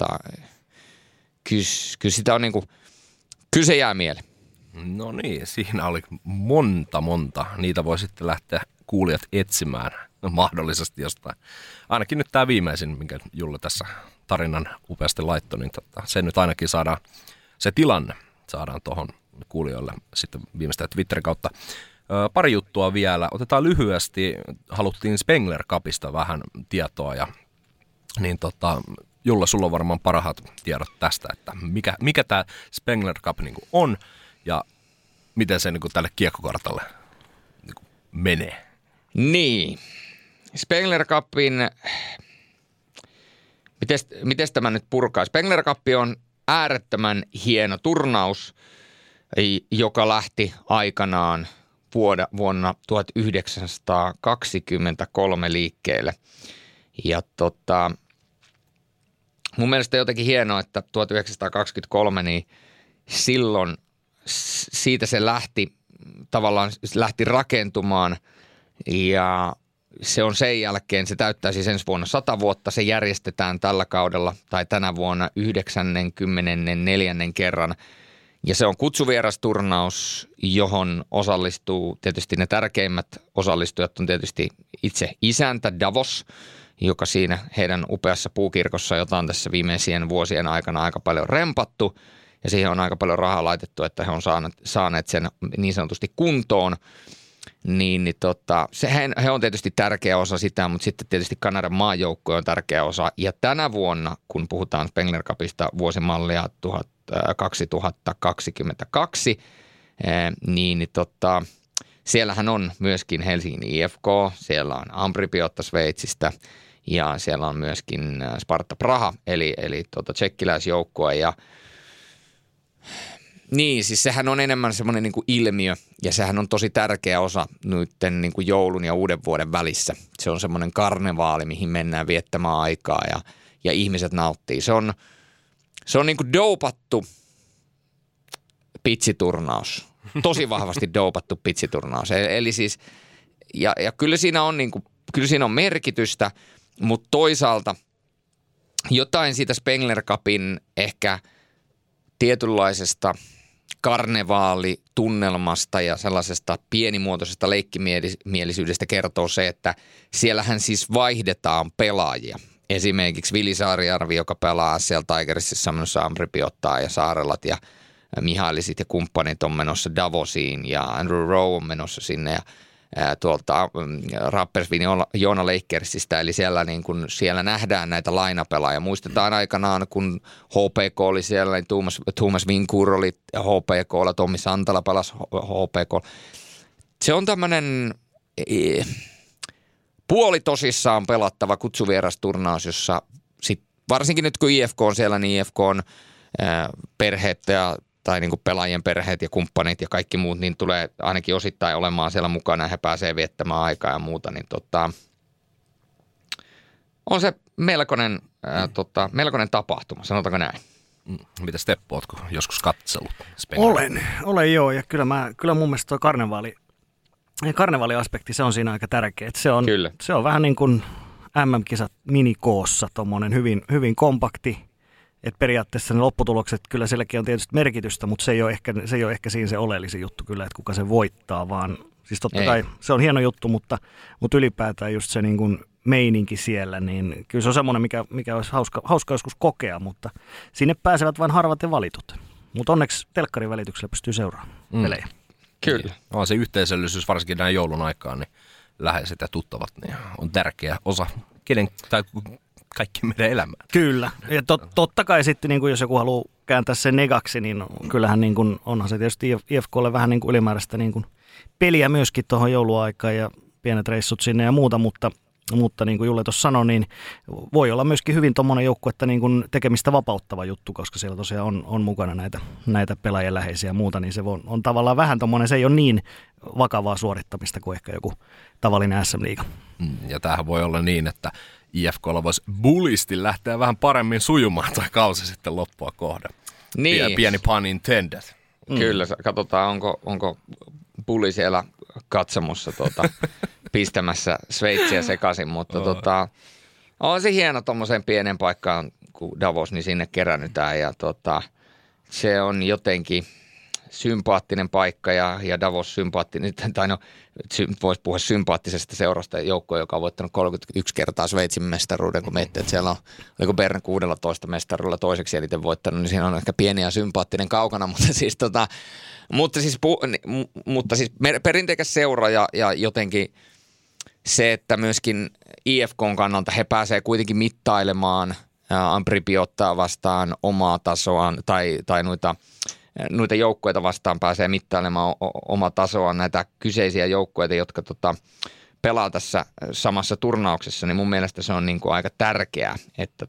kyllä sitä on niinku, kyllä se jää mieleen. No niin, siinä oli monta. Niitä voi sitten lähteä kuulijat etsimään mahdollisesti jostain. Ainakin nyt tämä viimeisin, minkä Julle tässä tarinan upeasti laittoi, niin se nyt ainakin saadaan, se tilanne saadaan tuohon kuulijoille sitten viimeistään Twitterin kautta. Pari juttua vielä. Otetaan lyhyesti. Haluttiin Spengler Cupista vähän tietoa ja niin Julle, sulla on varmaan parhaat tiedot tästä, että mikä tämä Spengler Cup niin kuin on ja miten se niin kuin tälle kiekkokartalle niin kuin menee. Niin. Spengler Cupin, miten tämä nyt purkaa? Spengler Cup on äärettömän hieno turnaus, joka lähti aikanaan vuonna 1923 liikkeelle. Ja mun mielestä jotenkin hienoa, että 1923 niin silloin siitä se lähti rakentumaan ja se on sen jälkeen, se täyttää siis ensi vuonna 100 vuotta, se järjestetään tällä kaudella tai tänä vuonna 94. kerran. Ja se on kutsuvierasturnaus, johon osallistuu tietysti ne tärkeimmät osallistujat on tietysti itse isäntä Davos, joka siinä heidän upeassa puukirkossa, jota on tässä viimeisien vuosien aikana aika paljon rempattu ja siihen on aika paljon rahaa laitettu, että he on saaneet sen niin sanotusti kuntoon. He on tietysti tärkeä osa sitä, mutta sitten tietysti Kanadan maajoukko on tärkeä osa. Ja tänä vuonna, kun puhutaan Spengler Cupista vuosimallia 2022, siellähän on myöskin Helsingin IFK, siellä on Ambripiotta Sveitsistä ja siellä on myöskin Sparta Praha, eli tsekkiläisjoukkue ja niin, siis sehän on enemmän semmoinen niin kuin ilmiö ja sehän on tosi tärkeä osa nytten niin kuin joulun ja uuden vuoden välissä. Se on semmoinen karnevaali, mihin mennään viettämään aikaa ja ihmiset nauttii. Se on niin kuin doupattu pitsiturnaus, tosi vahvasti doupattu pitsiturnaus. Eli siis, ja kyllä siinä on niin kuin, kyllä siinä on merkitystä, mutta toisaalta jotain siitä Spengler Cupin ehkä tietynlaisesta karnevaalitunnelmasta ja sellaisesta pienimuotoisesta leikkimielisyydestä kertoo se, että siellähän siis vaihdetaan pelaajia. Esimerkiksi Vili Saarijärvi, joka pelaa siellä Tigersissa menossa Ambripiottaa ja Saarelat ja Mihailisit ja kumppanit on menossa Davosiin ja Andrew Rowe on menossa sinne ja tuolta Rapperswil Joona Lakersista, eli siellä nähdään näitä lainapelaajia. Muistetaan aikanaan, kun HPK oli siellä, niin Thomas Vincourt oli HPK:lla, Tommi Santala pelasi HPK. Se on tämmöinen puolitosissaan pelattava kutsuvierasturnaus, jossa varsinkin nyt kun IFK on siellä, niin IFK on perheet tai niin kuin pelaajien perheet ja kumppanit ja kaikki muut, niin tulee ainakin osittain olemaan siellä mukana ja he pääsee viettämään aikaa ja muuta, niin on se melkoinen tapahtuma, sanotaanko näin. Mitäs Teppo, ootko joskus katsellut? Olen joo, ja kyllä mun mielestä tuo karnevaaliaspekti, se on siinä aika tärkeä. Se on vähän niin kuin MM-kisat minikoossa, tommonen hyvin kompakti. Et periaatteessa ne lopputulokset, kyllä silläkin on tietysti merkitystä, mutta se ei ole ehkä siinä se oleellisin juttu kyllä, että kuka se voittaa, vaan siis totta kai se on hieno juttu, mutta ylipäätään just se niin kuin meininki siellä, niin kyllä se on semmoinen, mikä olisi hauska joskus kokea, mutta sinne pääsevät vain harvat ja valitut. Mutta onneksi telkkarin välityksellä pystyy seuraamaan pelejä. Kyllä. On se yhteisöllisyys, varsinkin näin joulun aikaan, niin läheiset ja tuttavat niin on tärkeä osa kaikki meidän elämään. Kyllä. Ja totta kai sitten, niin kuin jos joku haluaa kääntää sen negaksi, niin kyllähän niin kuin, onhan se tietysti IFKlle vähän niin kuin ylimääräistä niin kuin peliä myöskin tuohon jouluaikaan ja pienet reissut sinne ja muuta, mutta niin kuin Julle tuossa sanoi, niin voi olla myöskin hyvin tuommoinen joukku, että niin kuin tekemistä vapauttava juttu, koska siellä tosiaan on mukana näitä pelaajien läheisiä ja muuta, niin se on tavallaan vähän tuommoinen, se ei ole niin vakavaa suorittamista kuin ehkä joku tavallinen SM-liiga. Ja tämähän voi olla niin, että IFK:lla voisi bullisti lähteä vähän paremmin sujumaan toi kausi sitten loppua kohden. Niin. Pieni pun intended. Kyllä, katsotaan onko Bulli siellä katsomussa pistämässä Sveitsiä sekaisin, mutta on se hieno tuommoiseen pienen paikkaan kuin Davos, niin sinne kerännytään ja se on jotenkin sympaattinen paikka ja Davos sympaattinen, tai no voisi puhua sympaattisesta seurasta joukkoa, joka on voittanut 31 kertaa Sveitsin mestaruuden, kun miettii, että siellä on, oliko Bern 16 mestaruudella toiseksi eniten voittanut, niin siinä on ehkä pieni ja sympaattinen kaukana, mutta siis perinteikäs seura ja jotenkin se, että myöskin IFK:n kannalta he pääsee kuitenkin mittailemaan Ampripi ottaa vastaan omaa tasoaan tai noita joukkueita vastaan pääsee mittailemaan omaa tasoaan, näitä kyseisiä joukkueita, jotka pelaa tässä samassa turnauksessa, niin mun mielestä se on niin kuin aika tärkeää, että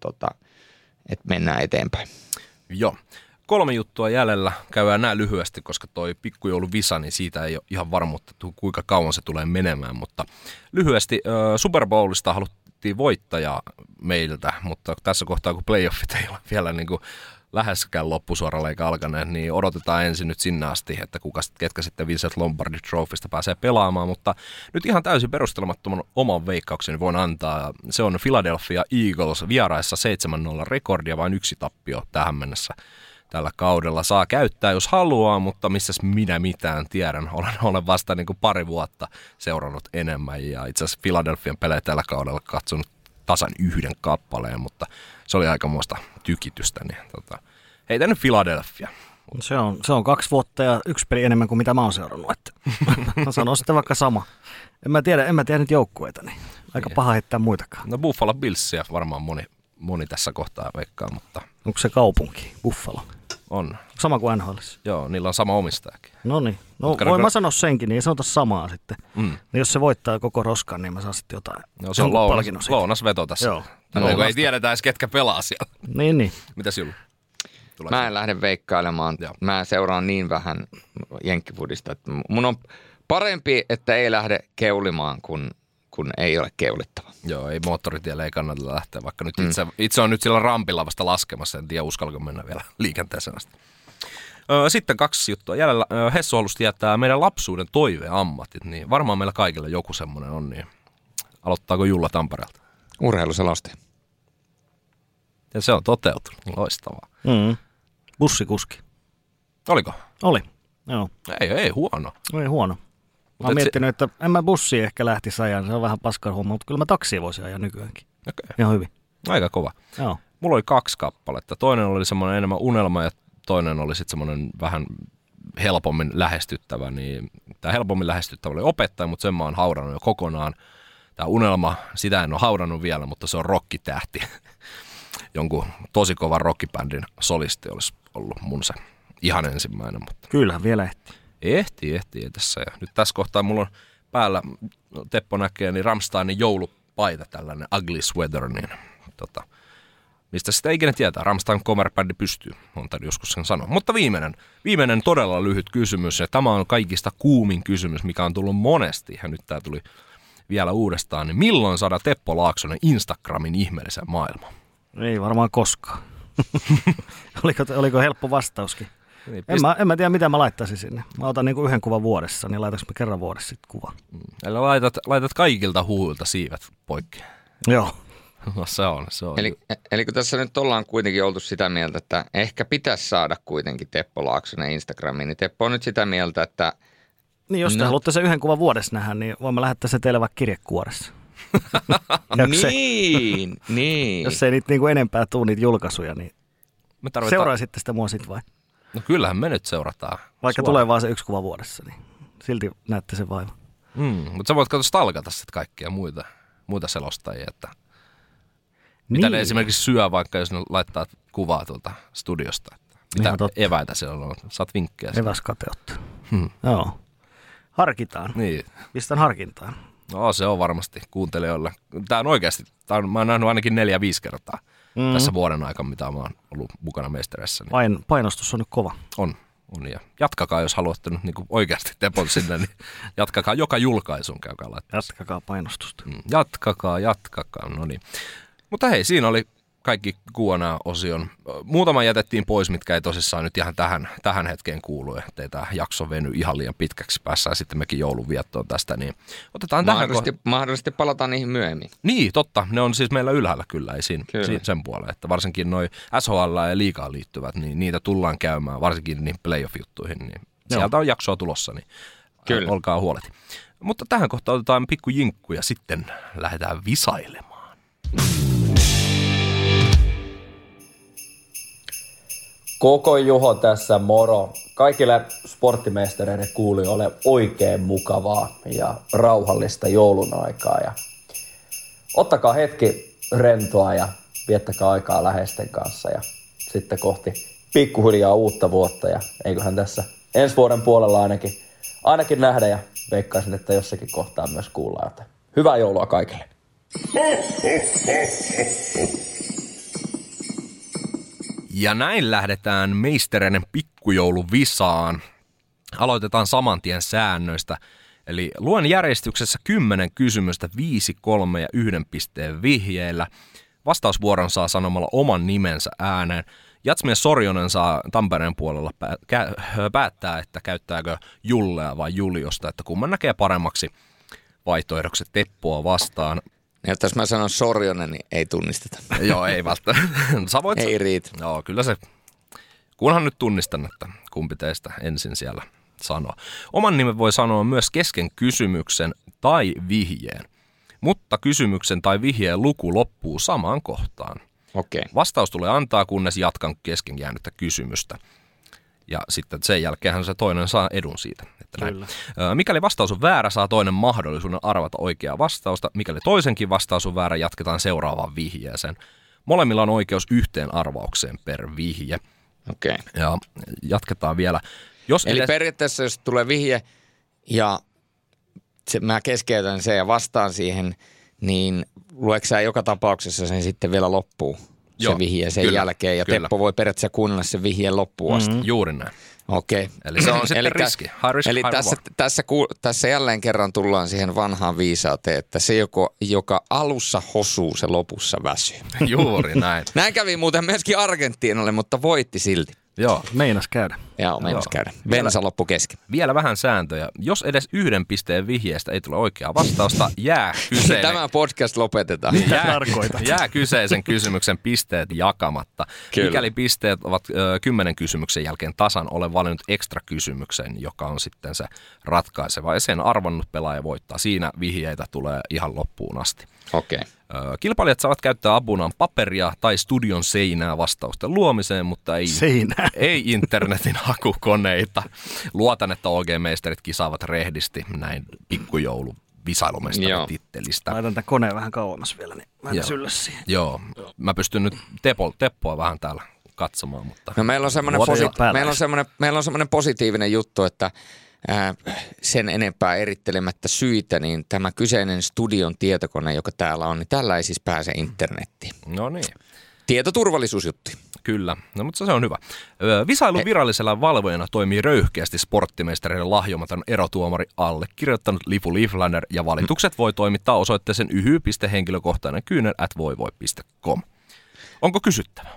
mennään eteenpäin. Joo. 3 juttua jäljellä. Käydään näin lyhyesti, koska toi pikkujouluvisa, niin siitä ei ole ihan varmuutta, kuinka kauan se tulee menemään, mutta lyhyesti Super Bowlista haluttiin voittajaa meiltä, mutta tässä kohtaa, kun playoffit ei ole vielä niin kuin läheskään loppusuoralla eikä alkaneet, niin odotetaan ensin nyt sinne asti, että ketkä sitten Vincent Lombardi Trophysta pääsee pelaamaan, mutta nyt ihan täysin perustelemattoman oman veikkaukseni voin antaa. Se on Philadelphia Eagles vieraissa 7-0 rekordia, vain 1 tappio tähän mennessä tällä kaudella. Saa käyttää, jos haluaa, mutta missäs minä mitään tiedän. Olen vasta niin kuin pari vuotta seurannut enemmän ja itse asiassa Philadelphian pelejä tällä kaudella katsonut tasan 1 kappaleen, mutta se oli aikamoista tykitystä. Niin, heitä nyt Philadelphia. Se on 2 vuotta ja 1 peli enemmän kuin mitä mä oon seurannut. Mä sanon sitten vaikka sama. En mä tiedä nyt joukkueita, niin aika paha heittää muitakaan. No Buffalo Billsia varmaan moni tässä kohtaa veikkaa, mutta... Onko se kaupunki, Buffalo? On. Sama kuin NHLissa. Joo, niillä on sama omistajakin. No niin. No voin mä sanoa senkin, niin ei sanota samaa sitten. Niin jos se voittaa koko roskan, niin mä saan sitten jotain. No se on lounasveto tässä. Joo. Ei tiedetä edes ketkä pelaa siellä. Niin. Mitäs Julla? Mä en lähde veikkailemaan. Joo. Mä seuraan niin vähän jenkkifudista, että mun on parempi, että ei lähde keulimaan, kun ei ole keulittava. Joo, ei moottoritielle ei kannata lähteä, vaikka nyt itse on nyt sillä rampilla vasta laskemassa, en tiedä uskalko mennä vielä liikenteeseen asti. Sitten 2 juttua jäljellä. Hessu halusi tietää meidän lapsuuden toiveammatit, niin varmaan meillä kaikilla joku semmoinen on, niin aloittaako Julla Tampereelta? Urheiluselostaja. Ja se on toteutunut, loistavaa. Bussikuski. Oliko? Oli, joo. Ei huono. Ei huono. Mä oon miettinyt, että en mä bussia ehkä lähtisi ajan, se on vähän paskan homma, mutta kyllä mä taksia voisin ajaa nykyäänkin. Okay. Ihan hyvin. Aika kova. Joo. Mulla oli 2 kappaletta. Toinen oli semmoinen enemmän unelma ja toinen oli sitten semmoinen vähän helpommin lähestyttävä. Niin tämä helpommin lähestyttävä oli opettaja, mutta sen mä oon haudannut jo kokonaan. Tämä unelma, sitä en ole haudannut vielä, mutta se on rockitähti. Jonkun tosi kovan rockibändin solisti olisi ollut mun se ihan ensimmäinen. Mutta... Kyllähän vielä Ehtii tässä. Ja nyt tässä kohtaa mulla on päällä, Teppo näkee, niin Rammsteinin joulupaita, tällainen ugly sweater, niin mistä sitä ikinä tietää. Rammstein coverbändi pystyy, on tämän joskus sen sanoa. Mutta viimeinen todella lyhyt kysymys, ja tämä on kaikista kuumin kysymys, mikä on tullut monesti, ja nyt tämä tuli vielä uudestaan, niin milloin saada Teppo Laaksonen Instagramin ihmeellisen maailman? Ei varmaan koskaan. Oliko helppo vastauskin? Niin, en mä tiedä, mitä mä laittaisin sinne. Mä otan niin kuin 1 kuvan vuodessa, niin laitanko mä kerran vuodessa sitten kuvan? Eli laitat kaikilta huuilta siivet poikki. Joo. No se on. Eli kun tässä nyt ollaan kuitenkin oltu sitä mieltä, että ehkä pitäisi saada kuitenkin Teppo Laaksonen Instagramiin, niin Teppo on nyt sitä mieltä, että... Niin jos te haluatte sen 1 kuvan vuodessa nähdä, niin voimme lähettää se teille vaikka kirjekuoressa. niin. Jos ei niitä niin kuin enempää tule niitä julkaisuja, niin seuraisitte sitä mua sit vai? No kyllähän me nyt seurataan. Vaikka tulee vaan se 1 kuva vuodessa, niin silti näette sen vaivan. Mutta sä voit katsoa stalkata sitten kaikkia muita selostajia, että mitä ne esimerkiksi syö, vaikka jos ne laittaa kuvaa tuolta studiosta. Että mitä eväitä siellä on, saat vinkkejä. Eväskateutta. Joo. Harkitaan. Niin. Pistän harkintaan. No se on varmasti kuuntelijoille. Tämä on oikeasti, mä oon nähnyt ainakin 4-5 kertaa tässä vuoden aikana, mitä mä oon ollut mukana meistereissä. Niin painostus on nyt kova. On. Ja jatkakaa, jos haluatte nyt niin oikeasti Tepon sinne, niin jatkakaa joka julkaisun, käykää laittaa. Jatkakaa painostusta. Jatkakaa, no niin. Mutta hei, siinä oli kaikki Q&A-osion. Muutama jätettiin pois, mitkä ei tosissaan nyt ihan tähän hetkeen kuulu, ettei tämä jakso veny ihan liian pitkäksi. Päässään sitten mekin joulunviettoon tästä, niin otetaan mahdollisesti palataan niihin myöhemmin. Niin, totta. Ne on siis meillä ylhäällä kyllä, ei siinä sen puoleen. Että varsinkin noi SHL ja liigaan liittyvät, niin niitä tullaan käymään, varsinkin niihin playoff-juttuihin. Niin sieltä on jaksoa tulossa, niin kyllä. Olkaa huoleti. Mutta tähän kohtaan otetaan pikku jinkku ja sitten lähdetään visailemaan. Koko Juho tässä, moro. Kaikille sporttimestareiden kuulijoille oikein mukavaa ja rauhallista joulun aikaa. Ja ottakaa hetki rentoa ja viettäkää aikaa läheisten kanssa ja sitten kohti pikkuhiljaa uutta vuotta. Ja eiköhän tässä ensi vuoden puolella ainakin nähdä ja veikkaisin, että jossakin kohtaa myös kuullaan. Joten hyvää joulua kaikille. Ja näin lähdetään meistereiden pikkujouluvisaan. Aloitetaan saman tien säännöistä. Eli luen järjestyksessä 10 kysymystä 5, 3 ja 1 pisteen vihjeillä. Vastausvuoron saa sanomalla oman nimensä ääneen. Jatsmies Sorjonen saa Tampereen puolella päättää, että käyttääkö Jullea vai Juliosta, että kumman näkee paremmaksi vaihtoehdoksi Teppoa vastaan. Ja jos mä sanon Sorjonen, niin ei tunnisteta. Joo, ei välttämättä. Ei riitä. Joo, kyllä se. Kunhan nyt tunnistan, että kumpi teistä ensin siellä sanoo. Oman nimen voi sanoa myös kesken kysymyksen tai vihjeen, mutta kysymyksen tai vihjeen luku loppuu samaan kohtaan. Okei. Vastaus tulee antaa, kunnes jatkan kesken jäänyttä kysymystä. Ja sitten sen jälkeen se toinen saa edun siitä. Että Kyllä. Mikäli vastaus on väärä, saa toinen mahdollisuuden arvata oikeaa vastausta. Mikäli toisenkin vastaus on väärä, jatketaan seuraavaan vihjeeseen. Molemmilla on oikeus yhteen arvaukseen per vihje. Okei. Ja jatketaan vielä. Eli periaatteessa, jos tulee vihje ja mä keskeytän sen ja vastaan siihen, niin lueeko sä joka tapauksessa sen sitten vielä loppuun? Se vihje sen jälkeen, ja Teppo voi periaatteessa kuunnella sen vihjeen loppuun asti. Juuri näin. Okei. Eli se on sitten riski. High risk, eli tässä jälleen kerran tullaan siihen vanhaan viisauteen, että se, joka alussa hosuu, se lopussa väsyy. Juuri näin. Näin kävi muuten myöskin Argentiinalle, mutta voitti silti. Joo. Meinas käydä. Joo, meinas käydä. Bensa loppu kesken. Vielä vähän sääntöjä. Jos edes 1 pisteen vihjeestä ei tule oikeaa vastausta, jää kyseinen... Tämä podcast lopetetaan. Jää kyseisen kysymyksen pisteet jakamatta. Kyllä. Mikäli pisteet ovat 10 kysymyksen jälkeen tasan, olen valinnut ekstra kysymyksen, joka on sitten se ratkaiseva. Ja sen arvannut pelaaja voittaa. Siinä vihjeitä tulee ihan loppuun asti. Okei. Kilpailijat saavat käyttää apunaan paperia tai studion seinää vastausten luomiseen, mutta ei internetin hakukoneita. Luotan, että OG-meisterit kisaavat rehdisti näin pikkujoulu visailumestarin tittelistä. Laitan tämän koneen vähän kauemmas vielä, niin mä en syllä siihen. Joo, mä pystyn nyt Teppoa vähän täällä katsomaan. Mutta no meillä on semmoinen positiivinen juttu, että sen enempää erittelemättä syitä, niin tämä kyseinen studion tietokone, joka täällä on, niin tällä ei siis pääse internettiin. No niin. Tietoturvallisuusjuttu. Kyllä, no mutta se on hyvä. Visailun virallisella valvojana toimii röyhkeästi sporttimestareiden lahjomaton erotuomari allekirjoittanut Lifu Liflander, ja valitukset voi toimittaa osoitteeseen yhy.henkilökohtainenkyynel@voivoi.com. Onko kysyttävää?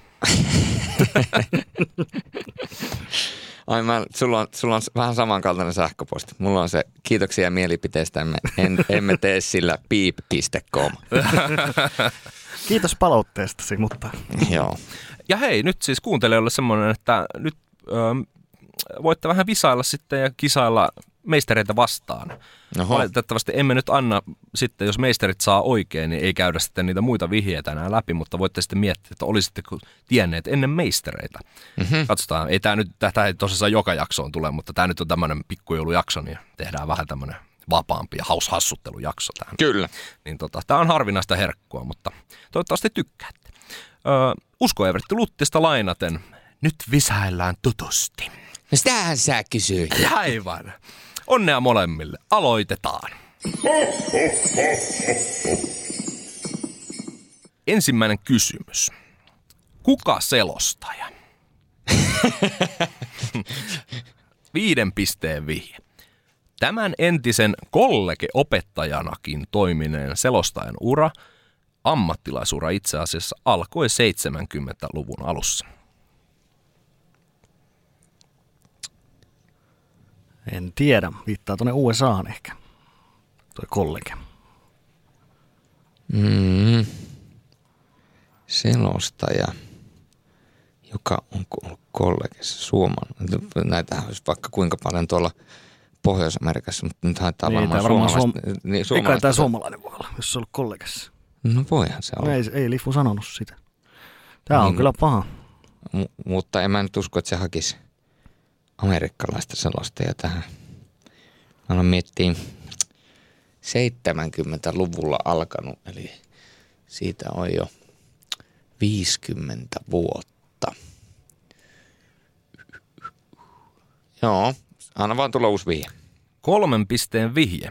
Sulla on vähän samankaltainen sähköposti. Mulla on se kiitoksia mielipiteestä, emme tee sillä piip.com. Kiitos palautteestasi, mutta... Joo. Ja hei, nyt siis kuuntelijoille semmoinen, että nyt voitte vähän visailla sitten ja kisailla meistereitä vastaan. Oho. Valitettavasti emme nyt anna sitten, jos meisterit saa oikein, niin ei käydä sitten niitä muita vihjeitä enää läpi, mutta voitte sitten miettiä, että olisitteko tienneet ennen meistereitä. Mm-hmm. Katsotaan, tätä ei tosissaan joka jaksoon tule, mutta tämä nyt on tämmöinen pikkujoulujakso, niin tehdään vähän tämmöinen vapaampi ja haushassuttelujakso tähän. Kyllä. Niin tämä on harvinaista herkkua, mutta toivottavasti tykkäätte. Usko Evertti Luttista lainaten, nyt visaillaan tutusti. No sitähän sä kysyy. Aivan. Onnea molemmille. Aloitetaan. Ensimmäinen kysymys. Kuka selostaja? 5 pisteen vihje. Tämän entisen kollege-opettajanakin toimineen selostajan ura ammattilaisura itse asiassa alkoi 70-luvun alussa? En tiedä. Viittaa tuonne USAhan ehkä. Toi kollege. Selostaja, joka on ollut kollegissa suomalainen. Näitähän olisi vaikka kuinka paljon tuolla Pohjois-Amerikassa, mutta nyt haetaan varmaan suomalaista. Eikä tämä suomalainen voi olla, jos se on ollut kollegassa. No voihan se olla. Ei Lifu sanonut sitä. Tämä on kyllä paha. Mutta en mä nyt usko, että se hakisi amerikkalaista selostajaa tähän. Mä aloin miettiä 70-luvulla alkanut, eli siitä on jo 50 vuotta. Joo, anna vaan tulla uusi vihje. 3 pisteen vihje.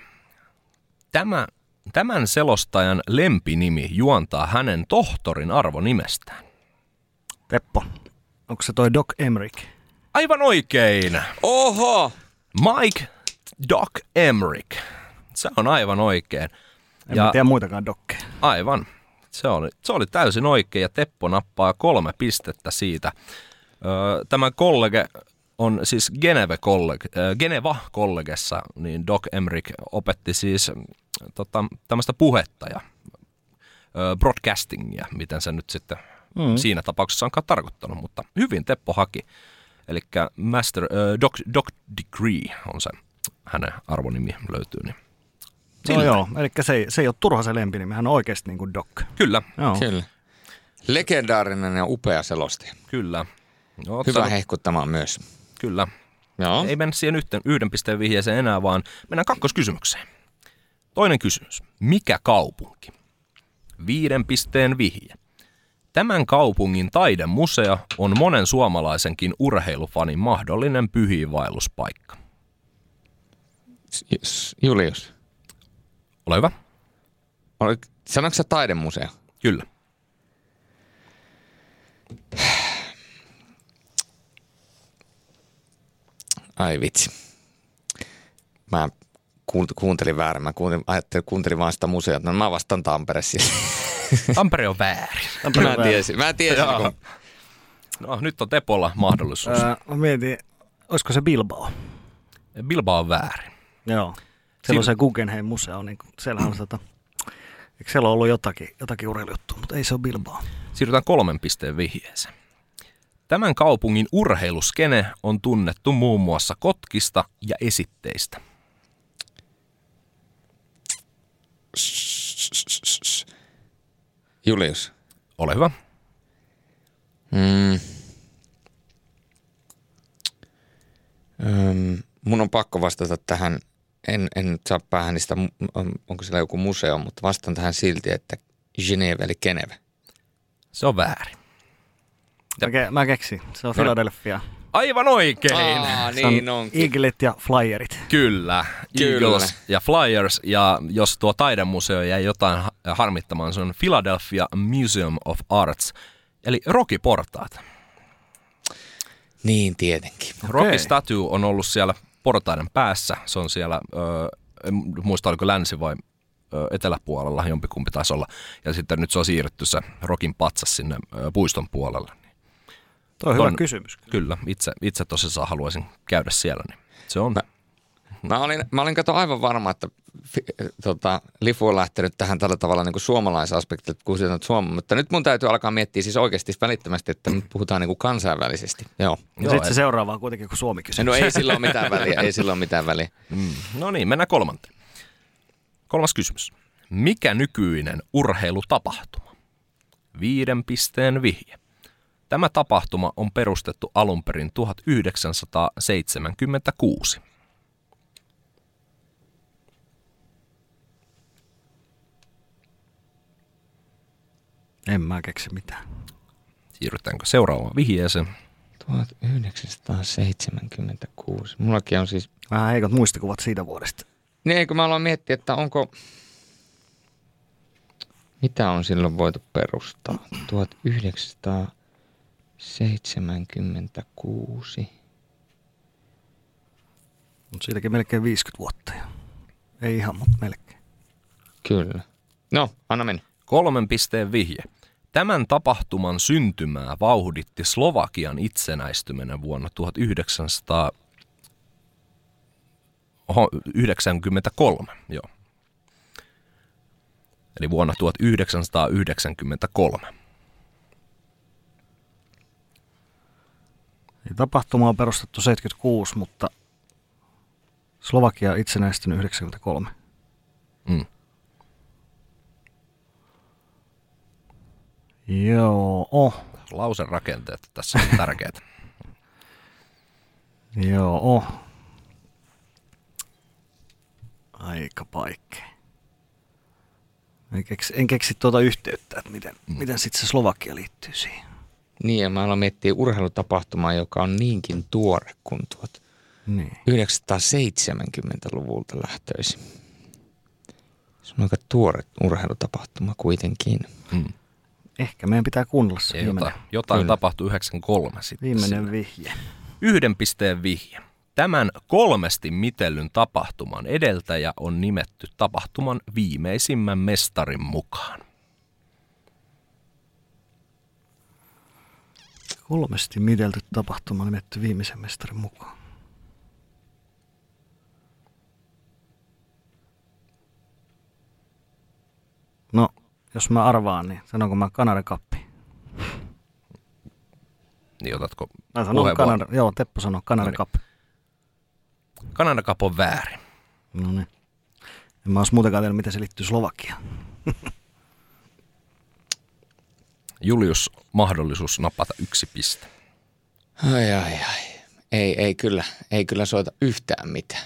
Tämän selostajan lempinimi juontaa hänen tohtorin arvonimestään. Teppo, onko se toi Doc Emrick? Aivan oikein. Oho! Mike Doc Emrick. Se on aivan oikein. En tiedä muitakaan dokkeja. Aivan. Se oli täysin oikein ja Teppo nappaa 3 pistettä siitä. Tämä kollege on siis Geneva-kollegessa, niin Doc Emrick opetti siis tämmöistä puhetta ja broadcastingia, miten se nyt sitten siinä tapauksessa onkaan tarkoittanut, mutta hyvin Teppo haki. Eli Doc Degree on se hänen arvonimi löytyy. Niin. No joo, eli se ei ole turha se lempinimi, hän on oikeasti niin kuin Doc. Kyllä. Joo. Kyllä. Legendaarinen ja upea selostaja. Kyllä. No, hyvä hehkuttamaan myös. Kyllä. Joo. Ei mennä siihen 1 pisteen vihjeeseen enää, vaan mennään 2. kysymykseen. Toinen kysymys. Mikä kaupunki? 5 pisteen vihje. Tämän kaupungin taidemuseo on monen suomalaisenkin urheilufanin mahdollinen pyhiinvaelluspaikka. Julius. Ole hyvä. Sanoitko sä taidemuseo? Kyllä. Ai vitsi. Mä kuuntelin väärin. Kuuntelin vaan sitä museota. No mä vastaan Tampere siis. Tampere on väärin. Mä tiesin. Kun... No nyt on Tepolla mahdollisuus. Mä mietin, olisiko se Bilbao? Bilbao on väärin. Joo. Siellä on se Guggenheim-museo. Niin siellä on eikö siellä on ollut jotakin urheilujuttua, mutta ei se ole Bilbao. Siirrytään 3 pisteen vihjeeseen. Tämän kaupungin urheiluskene on tunnettu muun muassa kotkista ja esitteistä. Julius. Ole hyvä. Mun on pakko vastata tähän. En nyt saa päähän niistä, onko siellä joku museo, mutta vastaan tähän silti, että Geneve eli Geneve. Se on väärin. Mä keksin. Se on Philadelphia. Aivan oikein. Niin onkin. Eaglet ja Flyerit. Kyllä. Eagles ja Flyers. Ja jos tuo taidemuseo jäi jotain harmittamaan, se on Philadelphia Museum of Arts. Eli Rocky-portaat. Niin tietenkin. Rocky Statue on ollut siellä portaiden päässä. Se on siellä, en muista oliko länsi vai eteläpuolella, jompikumpi taisi olla. Ja sitten nyt se on siirretty se Rockin patsas sinne puiston puolelle. Tuo on hyvä kysymys. Kyllä, itse tosissaan haluaisin käydä siellä. Niin se on. Mä olin kato aivan varma, että Lifu on lähtenyt tähän tällä tavalla niin kuin suomalaisaspektilla, mutta nyt mun täytyy alkaa miettiä siis oikeasti välittömästi, että nyt puhutaan niin kuin kansainvälisesti. Joo. Ja sitten se seuraava on kuitenkin kuin Suomi-kysymys. No ei sillä ole mitään väliä, No niin, mennään 3. 3. kysymys. Mikä nykyinen urheilutapahtuma? 5 pisteen vihje. Tämä tapahtuma on perustettu alun perin 1976. En mä keksi mitään. Siirrytäänkö seuraavaan vihjeeseen? 1976. Mullakin on siis... Vähän heikot muistikuvat siitä vuodesta. Niin, kun mä aloin miettiä, että onko... Mitä on silloin voitu perustaa? 1976. Mutta siitäkin melkein 50 vuotta. Ei ihan, mutta melkein. Kyllä. No, anna mennä. 3 pisteen vihje. Tämän tapahtuman syntymää vauhditti Slovakian itsenäistyminen vuonna 1993. Joo. Eli vuonna 1993. Tapahtuma on perustettu 76, mutta Slovakia itsenäistynyt 93. Joo. Lauserakenteet tässä on tärkeät. Joo. Aika vaikea. En keksi tuota yhteyttä, että miten sitten se Slovakia liittyy siihen. Niin, ja mä aloin miettiä urheilutapahtumaa, joka on niinkin tuore kuin 1970-luvulta lähtöisin. Se on aika tuore urheilutapahtuma kuitenkin. Ehkä meidän pitää kuunnella se viimeinen. Jotain tapahtui 93 sitten. Viimeinen vihje. 1 pisteen vihje. Tämän 3 mitellyn tapahtuman edeltäjä on nimetty tapahtuman viimeisimmän mestarin mukaan. 3 mitelty tapahtuma nimetty viimeisen mestarin mukaan. No, jos mä arvaan, niin sanonko mä Kanadan Cuppi? Niin otatko mä sanon Kanada, joo, Teppo sanoo Kanadan Cup. Kanadan Cup on väärin. No niin. En mä olisi muutenkaan tiedä, miten se liittyy Slovakiaan. Julius, mahdollisuus napata 1 piste. Ai. Ei kyllä soita yhtään mitään.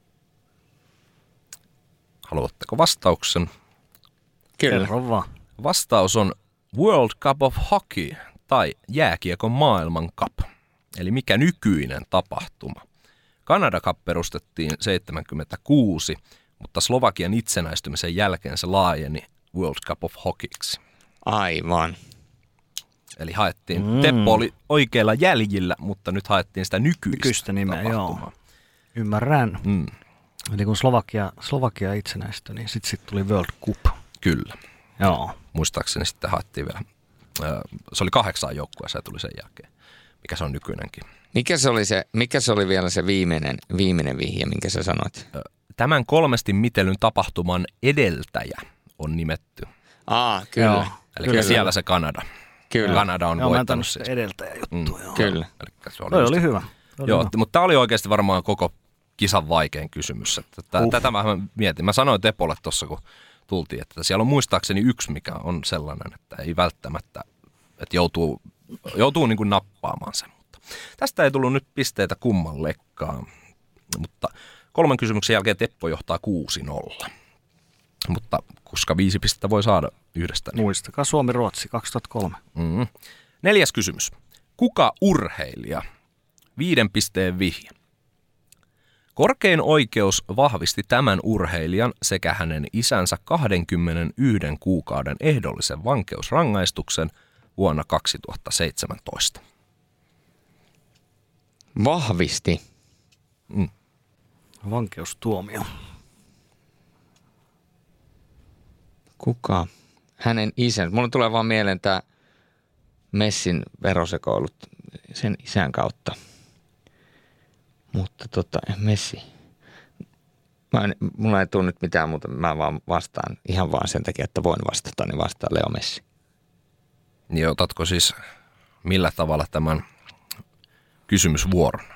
Haluatteko vastauksen? Kyllä. Kerro vaan. Vastaus on World Cup of Hockey tai Jääkiekon maailman cup. Eli mikä nykyinen tapahtuma. Canada Cup perustettiin 1976, mutta Slovakian itsenäistymisen jälkeen se laajeni World Cup of Hockeyksi. Aivan. Eli haettiin, Teppo oli oikeilla jäljillä, mutta nyt haettiin sitä nykyistä nimeä, tapahtumaa. joo. Ymmärrän. Eli kun Slovakia itsenäistyi, niin sitten tuli World Cup. Kyllä. Joo. Muistaakseni sitten haettiin vielä, se oli 8 joukkoa, se tuli sen jälkeen, mikä se on nykyinenkin. Mikä se oli vielä se viimeinen vihje, minkä sä sanoit? Tämän 3 mitellyn tapahtuman edeltäjä on nimetty. Kyllä. Joo, eli kyllä. Siellä se Kanada. Kyllä. Kanada on voittanut siis. Edeltäjä juttu. Kyllä. Oli hyvä. Mutta tämä oli oikeasti varmaan koko kisan vaikein kysymys. Tätä mä mietin. Mä sanoin Tepolle tuossa, kun tultiin, että siellä on muistaakseni 1, mikä on sellainen, että ei välttämättä, että joutuu niin kuin nappaamaan sen. Mutta tästä ei tullut nyt pisteitä kummallekaan. Mutta 3 kysymyksen jälkeen Teppo johtaa 6-0. Mutta koska 5 pistettä voi saada yhdestä. Niin. Muistakaa Suomi-Ruotsi 2003. 4. kysymys. Kuka urheilija? 5 pisteen vihje. Korkein oikeus vahvisti tämän urheilijan sekä hänen isänsä 21 kuukauden ehdollisen vankeusrangaistuksen vuonna 2017. Vahvisti? Vankeustuomio. Kuka? Hänen isänsä. Mulle tulee vaan mieleen tämä Messin verosekoilut sen isän kautta. Mutta Messi. Mulla ei tule nyt mitään muuta. Mä vaan vastaan ihan vaan sen takia, että voin vastata, niin vastaan Leo Messi. Niin otatko siis millä tavalla tämän kysymysvuoron?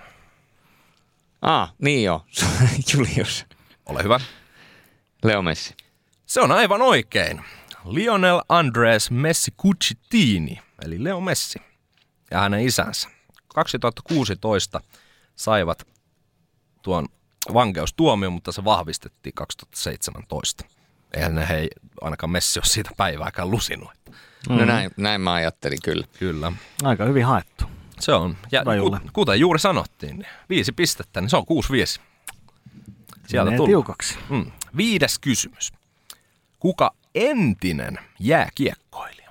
Niin joo. Julius. Ole hyvä. Leo Messi. Se on aivan oikein. Lionel Andres Messi Cuccittini, eli Leo Messi ja hänen isänsä. 2016 saivat tuon vankeustuomion, mutta se vahvistettiin 2017. Eihän ainakaan Messi ole siitä päivääkään lusinut. No näin mä ajattelin kyllä. Kyllä. Aika hyvin haettu. Se on. Ja kuten juuri sanottiin, 5 pistettä, niin se on 6-5. Sieltä tuli. Tiukaksi. 5. kysymys. Kuka entinen jääkiekkoilija?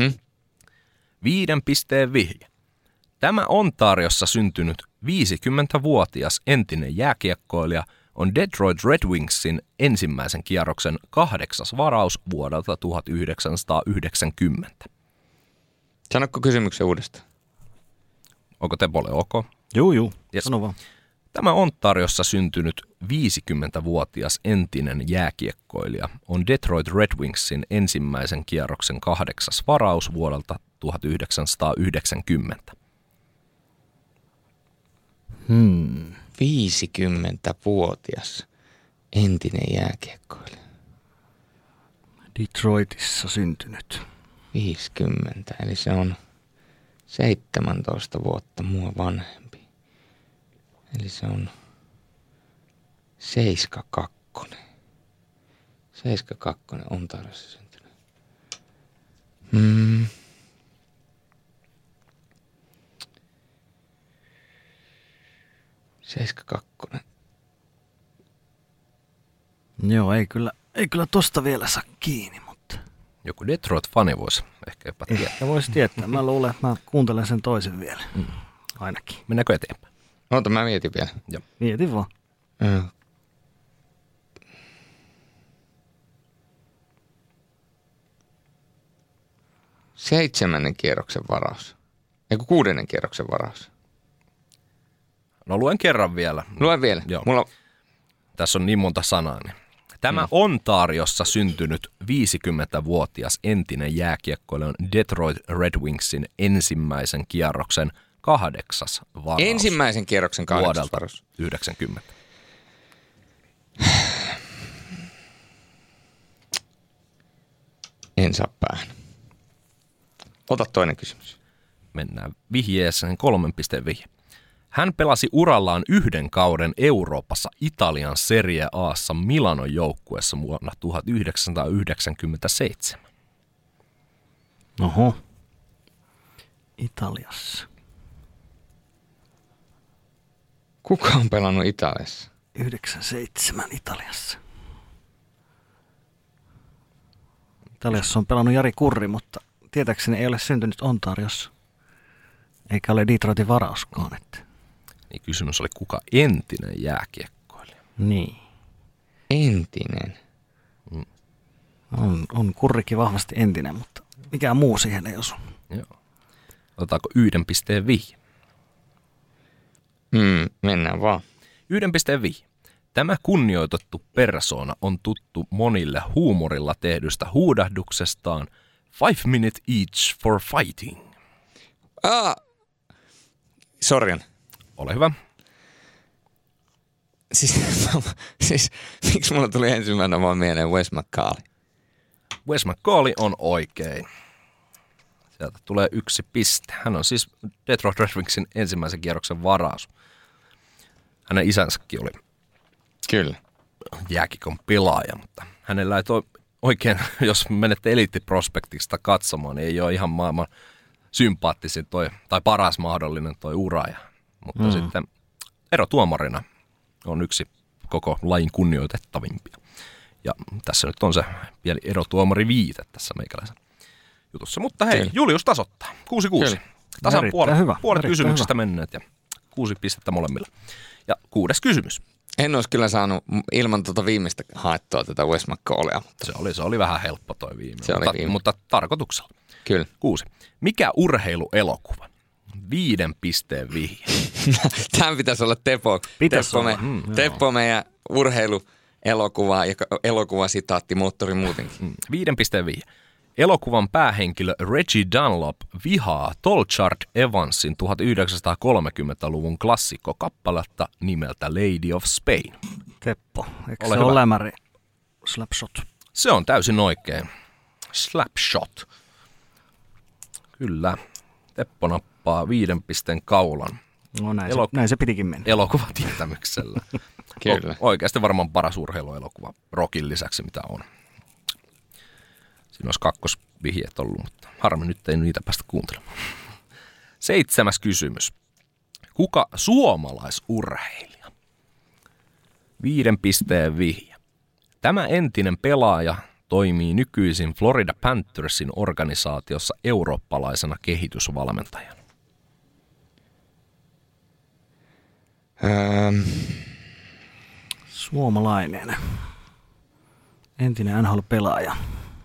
5 pisteen vihje. Tämä Ontariossa syntynyt 50-vuotias entinen jääkiekkoilija on Detroit Red Wingsin ensimmäisen kierroksen 8. varaus vuodelta 1990? Sanotko kysymyksen uudestaan? Onko Tepolle ok? Juu, Yes. sano vaan. Tämä Ontariossa syntynyt 50-vuotias entinen jääkiekkoilija on Detroit Red Wingsin ensimmäisen kierroksen 8. varaus vuodelta 1990. 50-vuotias entinen jääkiekkoilija. Detroitissa syntynyt. 50, eli se on 17 vuotta mua vanhempi. Eli se on 72. 72 Ontariossa syntynyt. 72. Joo, ei kyllä tosta vielä saa kiinni, mutta Joku Detroit-fani voisi ehkä jopa tietää. ehkä voisi tietää. Mä luulen, että mä kuuntelen sen toisen vielä. Ainakin. Mennäänkö eteenpäin? Oota, mä mietin vielä. Joo. Mieti vaan. Seitsemännen kierroksen varaus. Eiku 6. kierroksen varaus. No luen kerran vielä. Lue vielä. Joo. Mulla Tässä on niin monta sanaa. Niin. Tämä Ontariossa syntynyt 50-vuotias entinen jääkiekkoilija on Detroit Red Wingsin ensimmäisen kierroksen 8. varaus. ensimmäisen kierroksen 8. vuodelta varaus. 90. En saa päähän. Ota toinen kysymys. Mennään vihjeeseen 3 pisteen vihje. Hän pelasi urallaan 1 kauden Euroopassa Italian Serie A:ssa Milanon joukkueessa vuonna 1997. Oho. Italiassa. Kuka on pelannut Italiassa? 97 Italiassa. Italiassa on pelannut Jari Kurri, mutta tietääkseni ei ole syntynyt Ontariossa. Eikä ole Detroitin varauskaan. Että. Niin kysymys oli, kuka entinen jääkiekkoilija? Niin. Entinen. On Kurrikin vahvasti entinen, mutta mikään muu siihen ei osu. Joo. Otetaanko 1 pisteen vihje? Mennään vaan. 1 pisteen vihje. Tämä kunnioitettu persoona on tuttu monille huumorilla tehdystä huudahduksestaan 5 minutes each for fighting. Sorjan. Ole hyvä. Siis miksi mulla tuli ensimmäisenä vaan mieleen Wes McCauley? Wes McCauley on oikein. Sieltä tulee 1 piste. Hän on siis Detroit Red Wingsin ensimmäisen kierroksen varaus. Hänen isänsäkin oli Kyllä. jääkikon pelaaja, mutta hänellä ei oikein, jos menette Elite-prospektista katsomaan, niin ei ole ihan maailman sympaattisin tai paras mahdollinen toi uraaja. Mutta sitten erotuomarina on yksi koko lajin kunnioitettavimpia. Ja tässä nyt on se pieni erotuomari viite tässä meikäläisen jutussa. Mutta hei, Kyllä. Julius tasoittaa. 6-6. Tasan puolet kysymyksistä menneet ja 6 pistettä molemmilla. Ja 6. kysymys. En olisi kyllä saanut ilman viimeistä haettua tätä Wes McCauleyä. Se oli vähän helppo toi viime. Mutta tarkoituksella. Kyllä. 6. Mikä urheiluelokuva? 5 pisteen vihje. Tämän pitäisi olla Teppo meidän urheiluelokuva ja elokuvasitaatti moottori muutenkin. 5 pisteen vihje. Elokuvan päähenkilö Reggie Dunlop vihaa Tolchard Evansin 1930-luvun klassikkokappaletta nimeltä Lady of Spain. Teppo, eikö Ole se hyvä. ole lämäri? Slapshot. Se on täysin oikein. Slapshot. Kyllä. Teppo nappaa 5 pisteen kaulan. No näin se pitikin mennä. Elokuvatietämyksellä. Kyllä. Oikeasti varmaan paras urheiluelokuva Rockin lisäksi, mitä on. Siinä olisi 2 vihjeet ollut, mutta harmi nyt ei niitä päästä kuuntelemaan. 7. kysymys. Kuka suomalaisurheilija? 5 pisteen vihje. Tämä entinen pelaaja toimii nykyisin Florida Panthersin organisaatiossa eurooppalaisena kehitysvalmentajana. Suomalainen. Entinen NHL-pelaaja.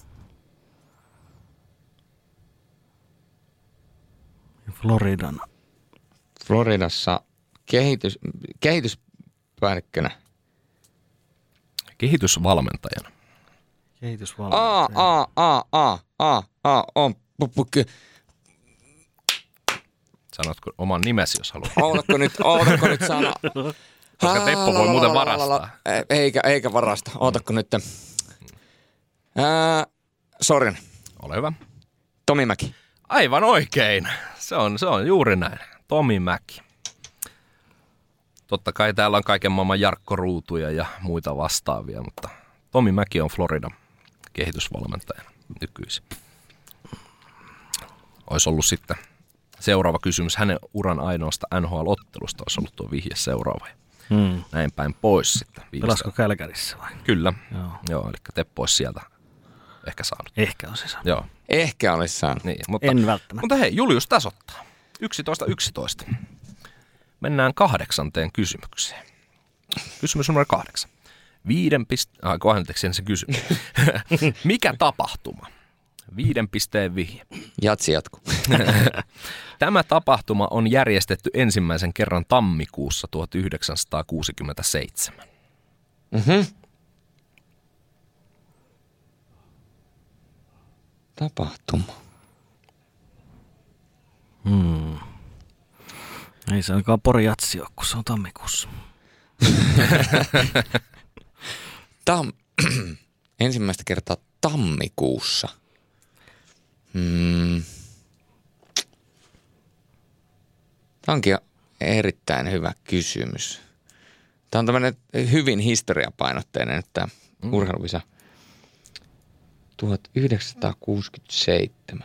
Floridassa kehityspäällikkönä. Kehitysvalmentajana. Sanotko oman nimesi, jos haluat? Oletko nyt sana? Koska Teppo voi muuten varastaa. Eikä varasta. Ootakko nyt? Sorin. Ole hyvä. Tomi Mäki. Aivan oikein. Se on juuri näin. Tomi Mäki. Totta kai täällä on kaiken maailman Jarkko Ruutuja ja muita vastaavia, mutta Tomi Mäki on Floridan kehitysvalmentajana nykyisin. Olisi ollut sitten seuraava kysymys. Hänen uran ainoasta NHL-ottelusta olisi ollut tuo vihje seuraava. Näin päin pois sitten. Pelasko Kälkärissä vai? Kyllä. Joo, eli Teppo olisi sieltä ehkä saanut. Ehkä olisi saanut. Joo. Ehkä olisi saanut. Niin, en välttämättä. Mutta hei, Julius tasoittaa. 11-11. Mennään 8. kysymykseen. Kysymys numero 8. 5 sen kysymys. Mikä tapahtuma? 5 pisteen vihje. Jatsi jatkuu. Tämä tapahtuma on järjestetty ensimmäisen kerran tammikuussa 1967. Tapahtuma. Ei se ainakaan Pori Jatsi ole, kun se on tammikuussa. Ensimmäistä kertaa tammikuussa. Tämä onkin erittäin hyvä kysymys. Tämä on tämmöinen hyvin historiapainotteinen, että urheiluvisa 1967.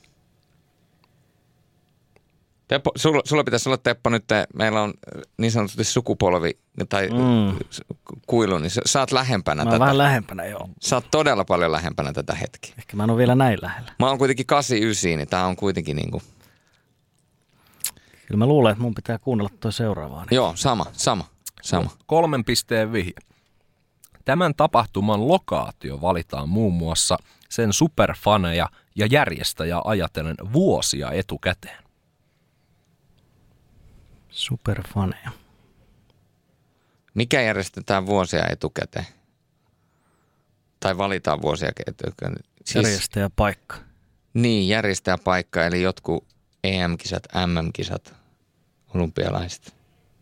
Teppo, sulla pitäisi olla, Teppo, nyt meillä on niin sanotusti sukupolvi tai kuilu, niin sä oot lähempänä tätä. Mä oon vähän lähempänä, joo. Sä oot todella paljon lähempänä tätä hetkeä. Ehkä mä en ole vielä näin lähellä. Mä oon kuitenkin 89, niin tää on kuitenkin niinku... Kyllä mä luulen, että mun pitää kuunnella toi seuraavaa. Niin. Joo, sama. 3 pisteen vihje. Tämän tapahtuman lokaatio valitaan muun muassa sen superfaneja ja järjestäjää ajatellen vuosia etukäteen. Superfaneja. Mikä järjestetään vuosia etukäteen? Tai valitaan vuosia etukäteen? Siis, järjestäjäpaikka. Niin, järjestäjäpaikka, eli jotkut EM-kisat, MM-kisat, olympialaiset.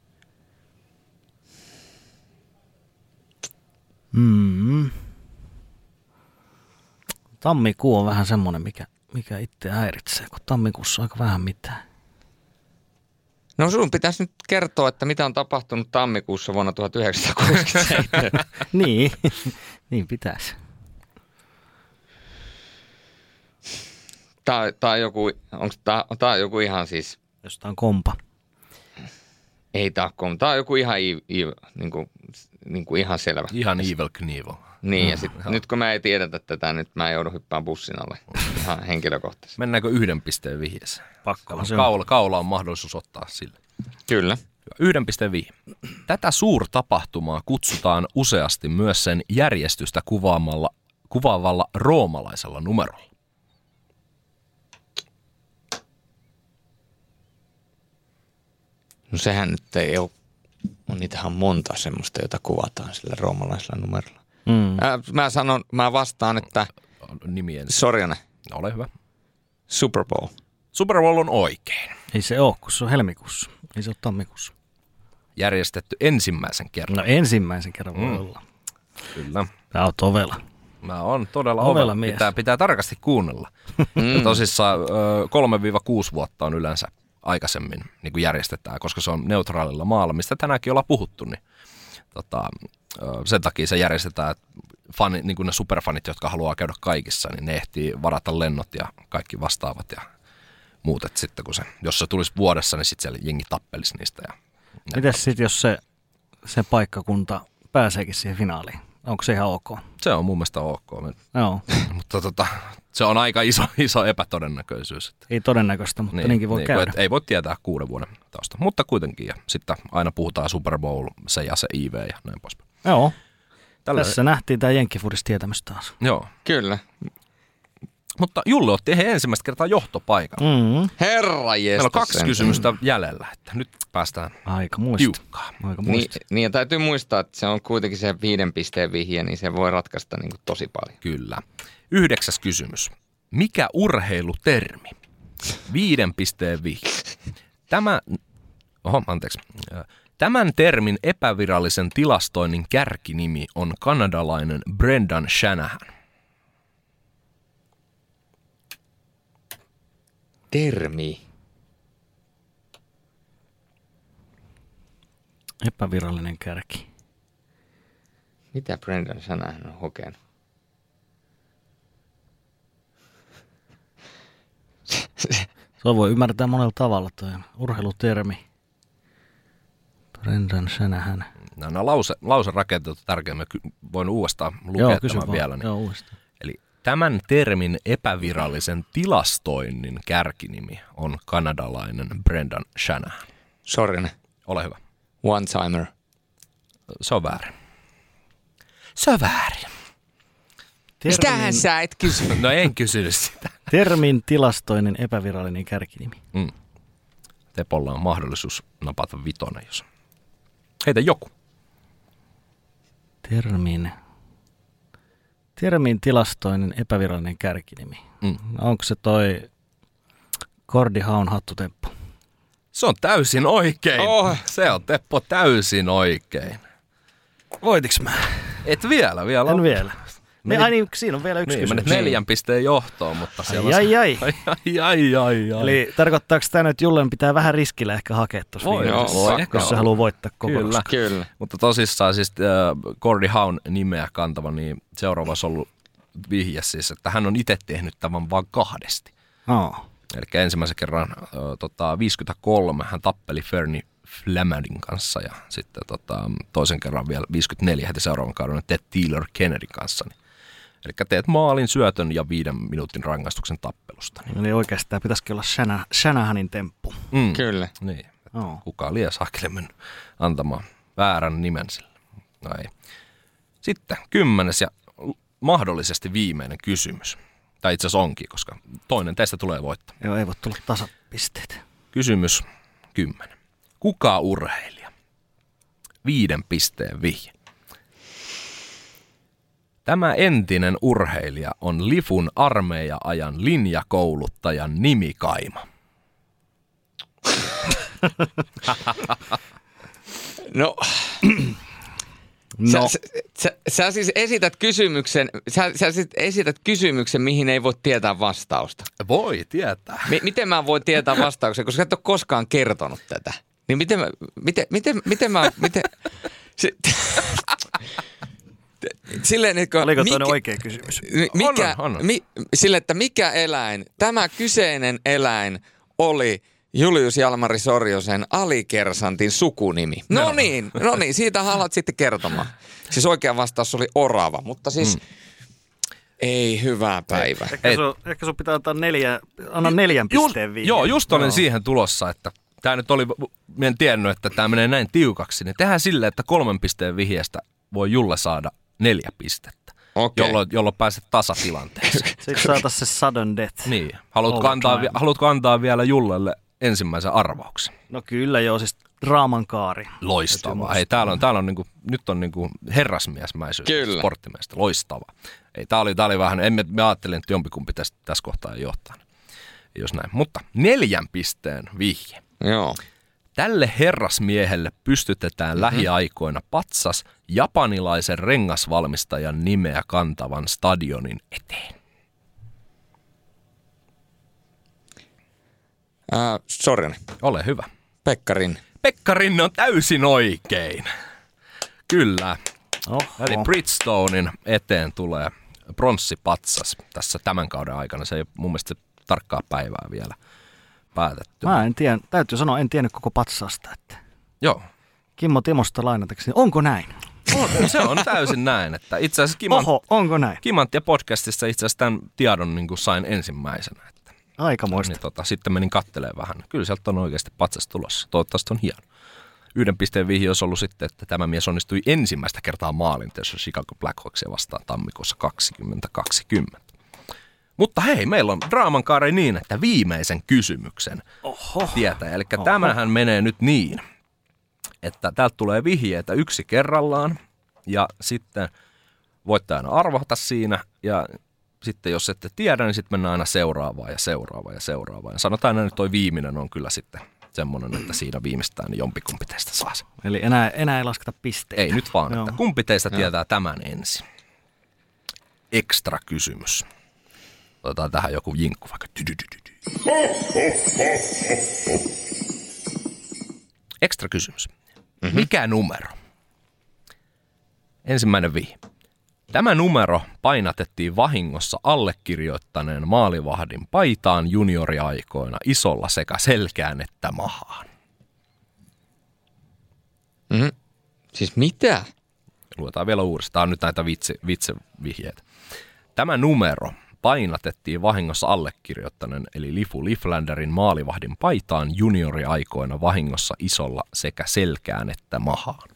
Tammikuu on vähän semmoinen, mikä itse häiritsee, kun tammikuussa on aika vähän mitään. No sun pitäisi nyt kertoa, että mitä on tapahtunut tammikuussa vuonna 1967. niin pitäisi. Tää on joku ihan siis... Jos tää on kompa. Ei tää ole kompa. Tää on joku ihan ihan selvä. Ihan Evil Knievel. Niin, ja nyt kun mä ei tiedetä tätä, nyt mä joudun hyppään bussin alle ihan henkilökohtaisesti. Mennäänkö 1 pisteen vihjeeseen? Pakko. Kaula on mahdollisuus ottaa sille. Kyllä. 1 pisteen vihje. Tätä suurtapahtumaa kutsutaan useasti myös sen järjestystä kuvaavalla roomalaisella numerolla. No sehän nyt ei ole, niitähän monta semmoista, jota kuvataan sillä roomalaisella numerolla. Mä vastaan, että Sorjanen. Ole hyvä. Super Bowl. Super Bowl on oikein. Ei se ole, kun se on helmikuussa. Ei se ole tammikuussa. Järjestetty ensimmäisen kerran. No ensimmäisen kerran voi olla. Kyllä. Tää on ovela. Mä oon todella ovela mies. Pitää tarkasti kuunnella. Ja tosissaan 3-6 vuotta on yleensä aikaisemmin niin kuin järjestetään, koska se on neutraalilla maalla, mistä tänäänkin ollaan puhuttu. Niin, sen takia se järjestetään, että niin kuin ne superfanit, jotka haluaa käydä kaikissa, niin ne ehtii varata lennot ja kaikki vastaavat ja muut. Et sitten kun jos se tulisi vuodessa, niin sitten siellä jengi tappelisi niistä. Mites sitten, jos se paikkakunta pääseekin siihen finaaliin? Onko se ihan ok? Se on mun mielestä ok. Joo. Mutta se on aika iso epätodennäköisyys. Ei todennäköistä, mutta niinkin voi käydä. Ei voi tietää 6 vuoden tausta, mutta kuitenkin. Ja sitten aina puhutaan Super Bowl, se ja se IV ja näin poispäin. Joo. Tällä... Tässä nähtiin tämä jenkkifudis tietämys taas. Joo. Kyllä. Mutta Julle otti ensimmäistä kertaa johtopaikan. Herra jestas. Meillä on 2 kysymystä jäljellä, että nyt päästään tiukkaan. Niin, ja täytyy muistaa, että se on kuitenkin se 5 pisteen vihje, niin se voi ratkaista niin kuin tosi paljon. Kyllä. 9. kysymys. Mikä urheilutermi? 5 pisteen vihje. Tämän termin epävirallisen tilastoinnin kärkinimi on kanadalainen Brendan Shanahan. Termi. Epävirallinen kärki. Mitä Brendan Shanahan on hokenut? Se voi ymmärtää monella tavalla toi urheilutermi. Brendan Shanahan. Nämä lauserakenteet on tärkeä. Mä voin uudestaan lukea tämän vielä. Niin. Joo, uudestaan. Eli tämän termin epävirallisen tilastoinnin kärkinimi on kanadalainen Brendan Shanahan. Sorinen. Ole hyvä. One-timer. Se on väärin. Se on väärin. Mitähän sä et kysy? No en kysynyt sitä. Termin tilastoinnin epävirallinen kärkinimi. Tepolla on mahdollisuus napata 5, jos... Heitä joku. Termin tilastoinnin epävirallinen kärkinimi. Onko se toi Gordie Howen hattutemppu? Se on täysin oikein. Se on, Teppo, täysin oikein. Voitiks mä? Et vielä. En vielä. Siinä on vielä yksi kysymys. 4 pisteen johtoon, mutta siellä Ai. Eli tarkoittaako tämä, että Jullen pitää vähän riskillä ehkä hakea tuossa jos se haluaa voittaa kokonaan? Kyllä. Mutta tosissaan siis Gordie Howen nimeä kantava, niin seuraava olisi ollut vihje siis, että hän on itse tehnyt tämän vaan 2. Eli ensimmäisen kerran 53 hän tappeli Fernie Flamadin kanssa ja sitten toisen kerran vielä 54 heti seuraavan kauden Ted Taylor Kennedyn kanssa. Eli teet maalin, syötön ja 5 minuutin rangaistuksen tappelusta. Eli oikeastaan pitäisikin olla Shanahanin temppu. Kyllä. Niin. Kukaan liian saakeli mennyt antamaan väärän nimen sille. No ei. Sitten 10. ja mahdollisesti viimeinen kysymys. Tai itse asiassa onkin, koska toinen teistä tulee voittaa. Joo, ei voi tulla tasapisteet. Kysymys 10. Kuka urheilija? 5 pisteen vihje. Tämä entinen urheilija on Lifun armeija-ajan linjakouluttajan nimikaima. No. Sä siis esität kysymyksen, mihin ei voi tietää vastausta. Voi tietää. Miten mä voin tietää vastauksen, koska et ole koskaan kertonut tätä. Niin miten mä silleen, oliko toinen oikea kysymys? Silleen, että mikä eläin, tämä kyseinen eläin oli Julius Jalmari Sorjosen alikersantin sukunimi. No niin, siitä haluat sitten kertomaan. Siis oikea vastaus oli orava, mutta siis ei hyvää päivää. Ehkä sun pitää antaa 4 pisteen vihje. Joo, just olin siihen tulossa, että tämä nyt oli, mä en tiennyt, että tämä menee näin tiukaksi. Niin tehdään silleen, että 3 pisteen vihjeestä voi Julle saada 4 pistettä, jolloin pääset tasatilanteeseen. Sitten saataisiin se sudden death. Niin. Haluatko antaa vielä Jullelle ensimmäisen arvauksen? No kyllä joo, siis draaman kaari. Loistavaa. Hei, täällä on niinku, nyt on niinku herrasmiesmäisyys sporttimeistä. Loistavaa. Ei, tää oli vähän, mä ajattelin, että jompikumpi tässä kohtaa ei johtaa. Jos näin. Mutta 4 pisteen vihje. Joo. Tälle herrasmiehelle pystytetään lähiaikoina patsas japanilaisen rengasvalmistajan nimeä kantavan stadionin eteen. Sorinen. Ole hyvä. Pekka Rinne. Pekka Rinne on täysin oikein. Kyllä. Oho. Eli Bridgestonein eteen tulee pronssipatsas tässä tämän kauden aikana. Se ei mun mielestä tarkkaa päivää vielä päätetty. Mä en tiedä, täytyy sanoa, en tiennyt koko patsasta. Että Joo. Kimmo Timosta lainatakseni. Onko näin? Se on täysin näin. Että itse asiassa onko näin? Kimanttia podcastissa itse asiassa tämän tiedon niin kuin sain ensimmäisenä. Että, aikamoista. Niin, sitten menin kattelemaan vähän. Kyllä sieltä on oikeasti patsas tulossa. Toivottavasti on hieno. 1 pisteen vihje olisi ollut sitten, että tämä mies onnistui ensimmäistä kertaa maalinteossa Chicago Blackhawksia vastaan tammikuussa 2020. Mutta hei, meillä on draaman kaari niin, että viimeisen kysymyksen tietää. Eli tämähän menee nyt niin, että täältä tulee vihjeitä yksi kerrallaan ja sitten voitte aina arvata siinä ja sitten jos ette tiedä, niin sitten mennään aina seuraavaan ja seuraavaan ja seuraavaan. Ja sanotaan aina, että toi viimeinen on kyllä sitten semmoinen, että siinä viimeistään niin jompikumpi teistä saa sen. Eli enää ei lasketa pisteitä. Ei nyt vaan, että kumpi teistä tietää tämän ensin. Ekstra kysymys. Otetaan tähän joku jinkku vaikka. Ekstra kysymys. Mikä numero? Ensimmäinen vihje. Tämä numero painatettiin vahingossa allekirjoittaneen maalivahdin paitaan junioriaikoina isolla sekä selkään että mahaan. Siis mitä? Luetaan vielä uudestaan nyt näitä vitsevihjeitä. Tämä numero painatettiin vahingossa allekirjoittaneen eli Lifu Liflanderin maalivahdin paitaan junioriaikoina vahingossa isolla sekä selkään että mahaan.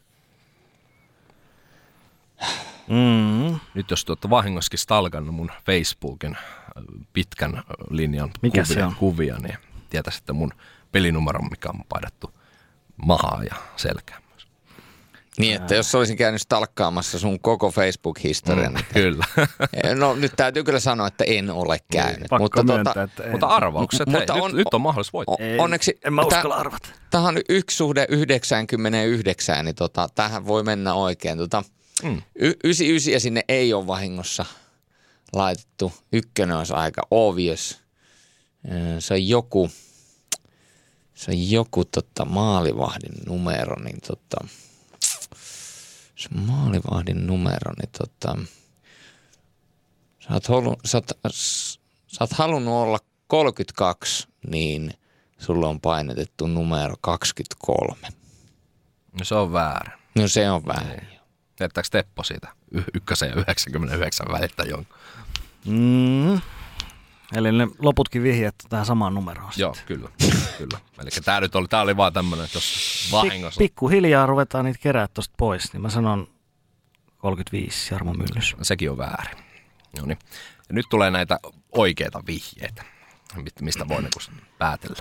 Nyt jos tuotte vahingossakin stalkannut mun Facebookin pitkän linjan kuvia, niin tietäisitte mun pelinumeron, mikä on paidattu mahaan ja selkään. Niin, että jos olisin käynyt stalkkaamassa sun koko Facebook-historian. Kyllä. No nyt täytyy kyllä sanoa, että en ole käynyt. Mutta arvaukset, nyt on mahdollisuus voittaa. Onneksi, en mä uskalla arvata. Tämähän on 1:99, niin tähän voi mennä oikein. 99 ja sinne ei ole vahingossa laitettu. 1 olisi aika obvious. Se on joku maalivahdin numero, niin se maalivahdin numero, niin sä oot halunnut olla 32, niin sulla on painotettu numero 23. No se on väärin. No se on väärin. Teettääkö Teppo siitä 1 ja 99 väliltä jonkun? Eli ne loputkin vihjeet tähän samaan numeroon. Joo, kyllä. Eli tää oli vaan tämmönen, että jos vahingossa... Pikkuhiljaa ruvetaan niitä kerää tosta pois, niin mä sanon 35 Jarmo Myllys. Sekin on väärin. No niin. Ja nyt tulee näitä oikeita vihjeitä, mistä voi päätellä.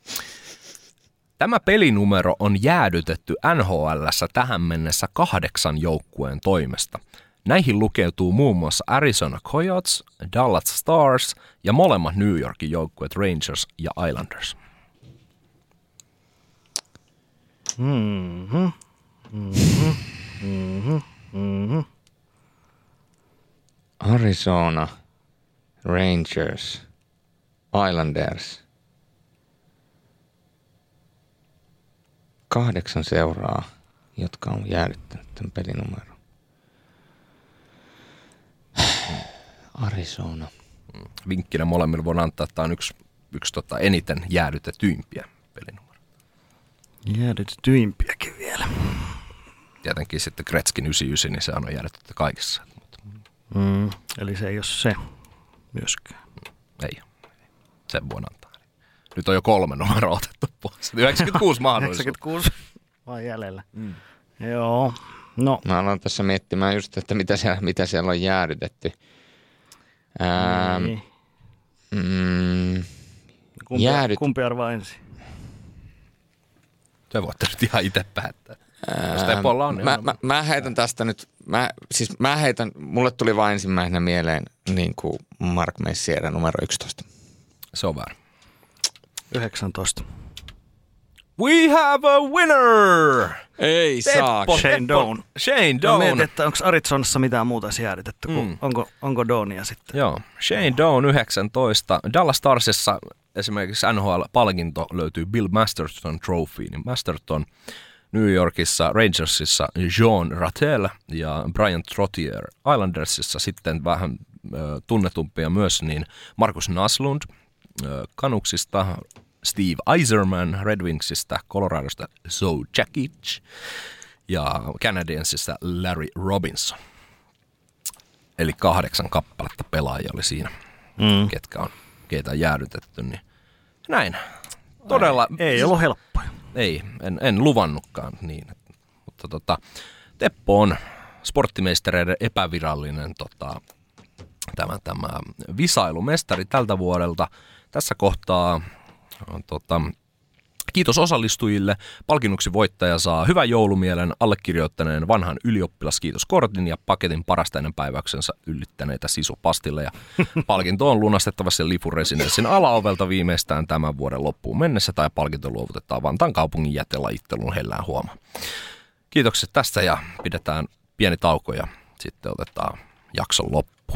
Tämä pelinumero on jäädytetty NHL:ssä tähän mennessä 8 joukkueen toimesta. Näihin lukeutuu muun muassa Arizona Coyotes, Dallas Stars ja molemmat New Yorkin joukkueet Rangers ja Islanders. Arizona, Rangers, Islanders. 8 seuraa, jotka on jäädyttänyt tämän pelinumeron. Arizona. Vinkkinä molemmilla voidaan antaa, että tämä on yksi eniten jäädytetyimpiä pelinumeroita. Jäädytetyimpiäkin vielä. Tietenkin sitten Gretzkin 99, niin se on jäädytetty kaikissa. Eli se ei ole se myöskään. Ei ole. Sen voin antaa. Nyt on jo 3 numeroa otettu pois. 96 mahdollisuus. 96 vai jäljellä. Joo. No. Mä aloin tässä miettimään just, että mitä siellä on jäädytetty. Kumpi arvaa ensin? Se voitte nyt ihan itse päättää. Jos Tepolla on, niin mä heitän tästä nyt, mulle tuli vain ensimmäisenä mieleen niin kuin Mark Messier numero 11. Se on väärin. 19. We have a winner! Ei saa. Shane Doan. Shane Doan. Mietin, että onko Arizonassa mitään muuta jäädytetty, onko Doania sitten? Joo, Shane Doan 19. Dallas Starsissa esimerkiksi NHL-palkinto löytyy Bill Masterton Trophy. Niin Masterton New Yorkissa, Rangersissa Jean Rattel ja Brian Trottier. Islandersissa sitten vähän tunnetumpia myös niin Markus Naslund, Canucksista Steve Yzerman, Red Wingsista, Coloradosta Joe Jakic ja Canadiensista Larry Robinson. Eli 8 kappaletta pelaajia oli siinä, keitä on jäädytetty. Niin näin. Todella. Ei ollut helppoja. en luvannutkaan niin. Mutta Teppo on sporttimeistereiden epävirallinen tämä visailumestari tältä vuodelta. Tässä kohtaa kiitos osallistujille. Palkinnuksi voittaja saa hyvän joulumielen allekirjoittaneen vanhan ylioppilaskiitoskortin ja paketin parasta ennen päiväyksensä yllittäneitä sisupastille. Ja palkinto on lunastettava sen Lifu-residenssin alaovelta viimeistään tämän vuoden loppuun mennessä tai palkinto luovutetaan Vantaan kaupungin jätelajittelun hellään huomaan. Kiitokset tästä ja pidetään pieni tauko ja sitten otetaan jakson loppu.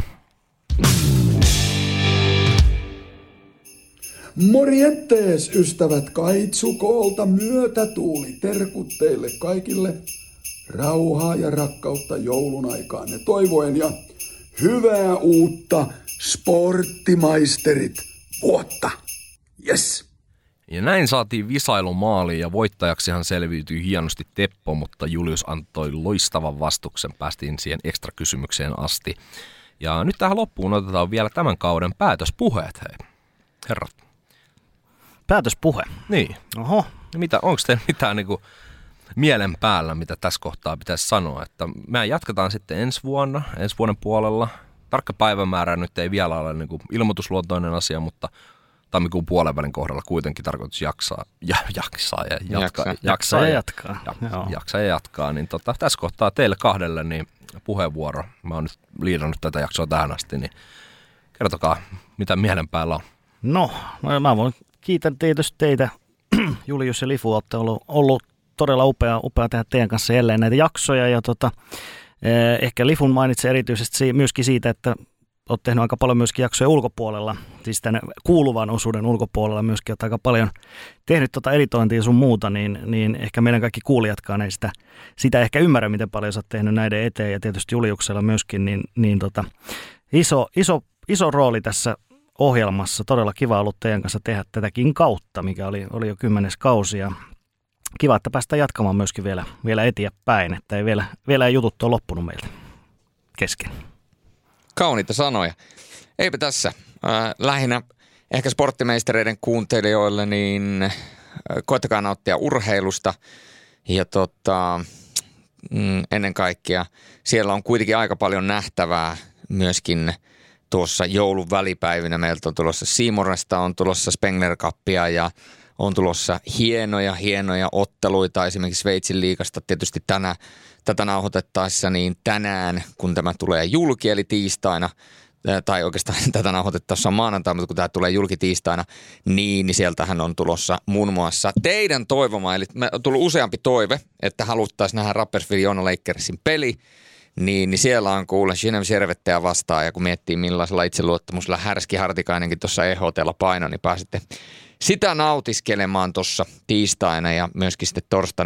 Morjentes, ystävät Kaitsukoolta myötätuuli terkut teille kaikille. Rauhaa ja rakkautta joulun aikaanne toivoen ja hyvää uutta sporttimaisterit vuotta. Yes! Ja näin saatiin visailu maaliin ja voittajaksihan selviytyi hienosti Teppo, mutta Julius antoi loistavan vastuksen. Päästiin siihen ekstra kysymykseen asti. Ja nyt tähän loppuun otetaan vielä tämän kauden päätöspuheet, hei. Herrat. Päätöspuhe? Niin. Oho. Onko teillä mitään niinku mielen päällä, mitä tässä kohtaa pitäisi sanoa? Että me jatketaan sitten ensi vuoden puolella. Tarkka päivämäärä nyt ei vielä ole niinku ilmoitusluontoinen asia, mutta tammikuun puolenvälin kohdalla kuitenkin tarkoitus jaksaa ja jatkaa. Niin tässä kohtaa teille kahdelle niin puheenvuoro. Mä oon nyt liidannut tätä jaksoa tähän asti, niin kertokaa, mitä mielen päällä on. No, mä voin kiittää tietysti teitä, Julius ja Lifu, olette ollut todella upea tehdä teidän kanssa jälleen näitä jaksoja. Ja ehkä Lifun mainitsen erityisesti myöskin siitä, että olet tehnyt aika paljon myöskin jaksoja ulkopuolella, siis tänne kuuluvan osuuden ulkopuolella myöskin, olet aika paljon tehnyt editointia sun muuta, niin ehkä meidän kaikki kuulijatkaan ei sitä ehkä ymmärrä, miten paljon sä oot tehnyt näiden eteen, ja tietysti Juliuksella myöskin, niin iso rooli tässä ohjelmassa. Todella kiva ollut teidän kanssa tehdä tätäkin kautta, mikä oli jo 10. kausi, ja kiva, että päästään jatkamaan myöskin vielä eteenpäin, että ei vielä jutut ole loppunut meiltä kesken. Kauniita sanoja. Eipä tässä. Lähinnä ehkä sporttimeistereiden kuuntelijoille, niin koettakaa nauttia urheilusta. Ja ennen kaikkea siellä on kuitenkin aika paljon nähtävää myöskin tuossa joulun välipäivinä. Meiltä on tulossa C-Moresta, on tulossa Spengler Cupia ja on tulossa hienoja otteluita esimerkiksi Sveitsin liigasta tietysti tätä nauhoitettaessa, niin tänään, kun tämä tulee julki, eli tiistaina, tai oikeastaan tätä nauhoitettaessa on maanantai, mutta kun tämä tulee julki tiistaina, niin sieltähän on tulossa muun muassa teidän toivoma, eli on tullut useampi toive, että haluttaisiin nähdä Rapperswil-Jona Lakersin peli, niin siellä on kuule Genève Servetteä vastaan, ja kun miettii millaisella itseluottamusella Härski Hartikainenkin tuossa EHT:lla paino, niin pääsitte sitä nautiskelemaan tuossa tiistaina ja myöskin sitten torstaina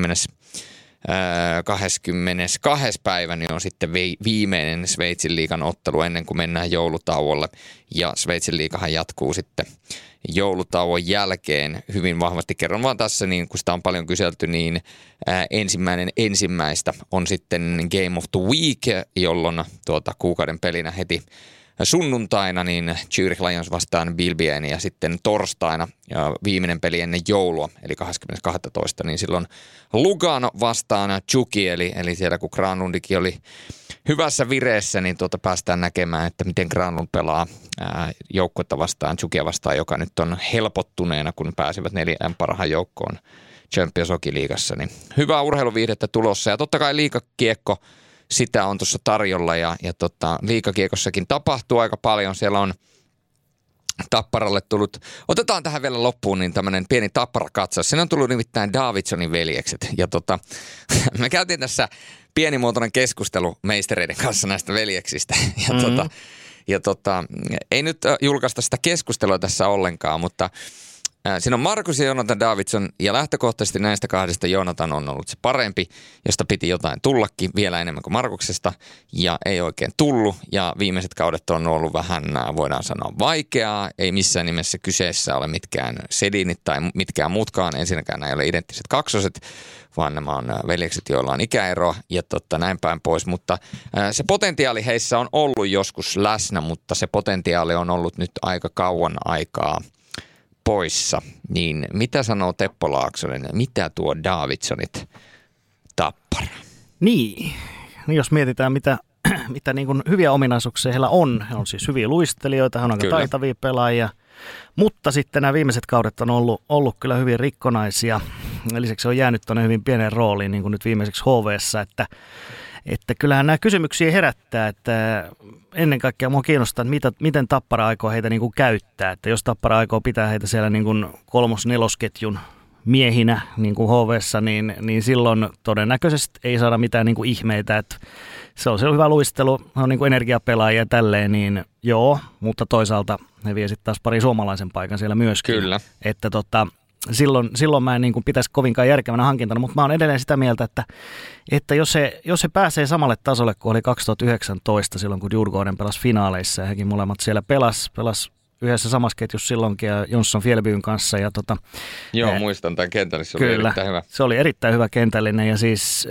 22. päivä niin on sitten viimeinen Sveitsin liigan ottelu ennen kuin mennään joulutauolle. Ja Sveitsin liigahan jatkuu sitten joulutauon jälkeen hyvin vahvasti. Kerron vaan tässä, niin kun sitä on paljon kyselty, niin ensimmäistä on sitten Game of the Week, jolloin kuukauden pelinä heti sunnuntaina niin Zürich Lions vastaan Bilbien ja sitten torstaina ja viimeinen peli ennen joulua, eli 20.12. niin silloin Lugano vastaan Juki, eli siellä kun Granlundikin oli hyvässä vireessä, niin päästään näkemään, että miten Granlund pelaa joukkuetta vastaan, Jukia vastaan, joka nyt on helpottuneena, kun pääsivät 4 parhaan joukkoon Champions Hockey-liigassa. Niin hyvää urheiluviihdettä tulossa ja totta kai liigakiekko, sitä on tuossa tarjolla ja liigakiekossakin tapahtuu aika paljon. Siellä on Tapparalle tullut, otetaan tähän vielä loppuun niin tämmöinen pieni Tappara-katsaus. Siinä on tullut nimittäin Davidsonin veljekset ja me käytiin tässä pienimuotoinen keskustelu meistereiden kanssa näistä veljeksistä ja ei nyt julkaista sitä keskustelua tässä ollenkaan, mutta siinä on Markus ja Jonathan Davidson ja lähtökohtaisesti näistä kahdesta Jonathan on ollut se parempi, josta piti jotain tullakin vielä enemmän kuin Markuksesta ja ei oikein tullut ja viimeiset kaudet on ollut vähän, voidaan sanoa, vaikeaa. Ei missään nimessä kyseessä ole mitkään Sedinit tai mitkään muutkaan, ensinnäkään nämä ei ole identtiset kaksoset, vaan nämä on veljekset, joilla on ikäeroa ja näin päin pois, mutta se potentiaali heissä on ollut joskus läsnä, mutta se potentiaali on ollut nyt aika kauan aikaa poissa, niin mitä sanoo Teppo Laaksonen ja mitä tuo Davidsonit Tappara? Niin, jos mietitään mitä niin kuin hyviä ominaisuuksia heillä on. He on siis hyviä luistelijoita, he on aika taitavia pelaajia, mutta sitten nämä viimeiset kaudet on ollut kyllä hyvin rikkonaisia. Lisäksi on jäänyt tuonne hyvin pienen rooliin, niin kuin nyt viimeiseksi HV:ssä, että kyllähän nämä kysymyksiä herättää, että ennen kaikkea minua kiinnostaa, että miten Tappara aikoo heitä niin kuin käyttää. Että jos Tappara aikoo pitää heitä siellä niin kuin 3-4-ketjun miehinä niin kuin HV:ssä, niin silloin todennäköisesti ei saada mitään niin kuin ihmeitä. Että se on hyvä luistelu, on niin kuin energiapelaajia tälleen, niin joo, mutta toisaalta he vie sitten taas pari suomalaisen paikan siellä myöskin. Kyllä. Että silloin mä en niin kuin pitäisi kovinkaan järkevänä hankintana, mutta mä oon edelleen sitä mieltä, että jos se pääsee samalle tasolle kuin oli 2019 silloin, kun Djurgården pelasi finaaleissa ja hekin molemmat siellä pelas yhdessä samassa ketjussa silloinkin ja Jonsson Fjällbyn kanssa. Ja joo, muistan tämän kentällinen, se oli erittäin hyvä. Se oli erittäin hyvä kentällinen ja siis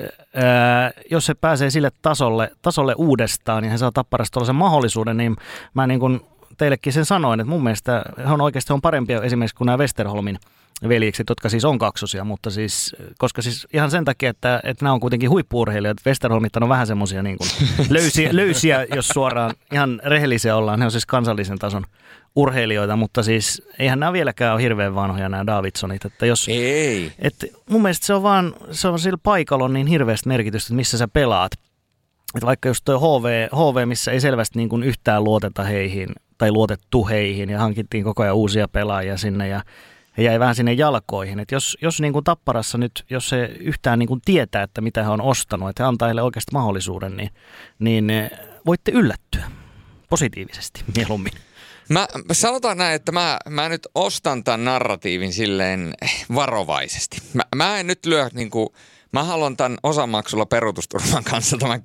jos se pääsee sille tasolle uudestaan ja he saa Tapparasta tuollaisen mahdollisuuden, niin mä niin kuin teillekin sen sanoin, että mun mielestä he on oikeasti parempia esimerkiksi kuin nämä Westerholmin veljekset, jotka siis on kaksosia, mutta siis, koska siis ihan sen takia, että nämä on kuitenkin huippu-urheilijoita. Westerholmit on vähän semmoisia niin kuin löysiä, jos suoraan ihan rehellisiä ollaan. Ne on siis kansallisen tason urheilijoita, mutta siis eihän nämä vieläkään ole hirveän vanhoja nämä Davidsonit. Että ei. Että mun mielestä se on sillä paikalla on niin hirveästi merkitystä, että missä sä pelaat. Että vaikka just tuo HV, missä ei selvästi niin kuin yhtään luoteta heihin tai luotettu heihin ja hankittiin koko ajan uusia pelaajia sinne ja he jäi vähän sinne jalkoihin. Että jos niin kuin Tapparassa nyt, jos se yhtään niin kuin tietää, että mitä he on ostanut, että he antaa heille oikeasti mahdollisuuden, niin voitte yllättyä positiivisesti mieluummin. Sanotaan näin, että mä nyt ostan tämän narratiivin silleen varovaisesti. Mä en nyt lyö niinku, mä haluan tämän osamaksulla peruutusturvan kanssa tämän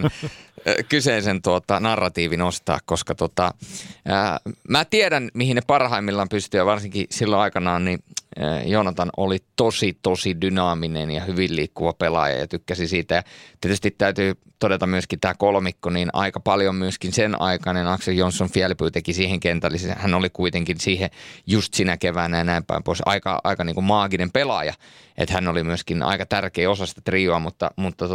kyseisen narratiivin ostaa, koska mä tiedän, mihin ne parhaimmillaan pystyy ja varsinkin silloin aikanaan, niin Joonatan oli tosi dynaaminen ja hyvin liikkuva pelaaja ja tykkäsi siitä. Ja tietysti täytyy todeta myöskin tämä kolmikko, niin aika paljon myöskin sen aikainen Axel Jonsson Fjällby teki siihen kentälle. Hän oli kuitenkin siihen just sinä keväänä ja näin päin pois. Aika niin kuin maaginen pelaaja, että hän oli myöskin aika tärkeä osa sitä trioa, mutta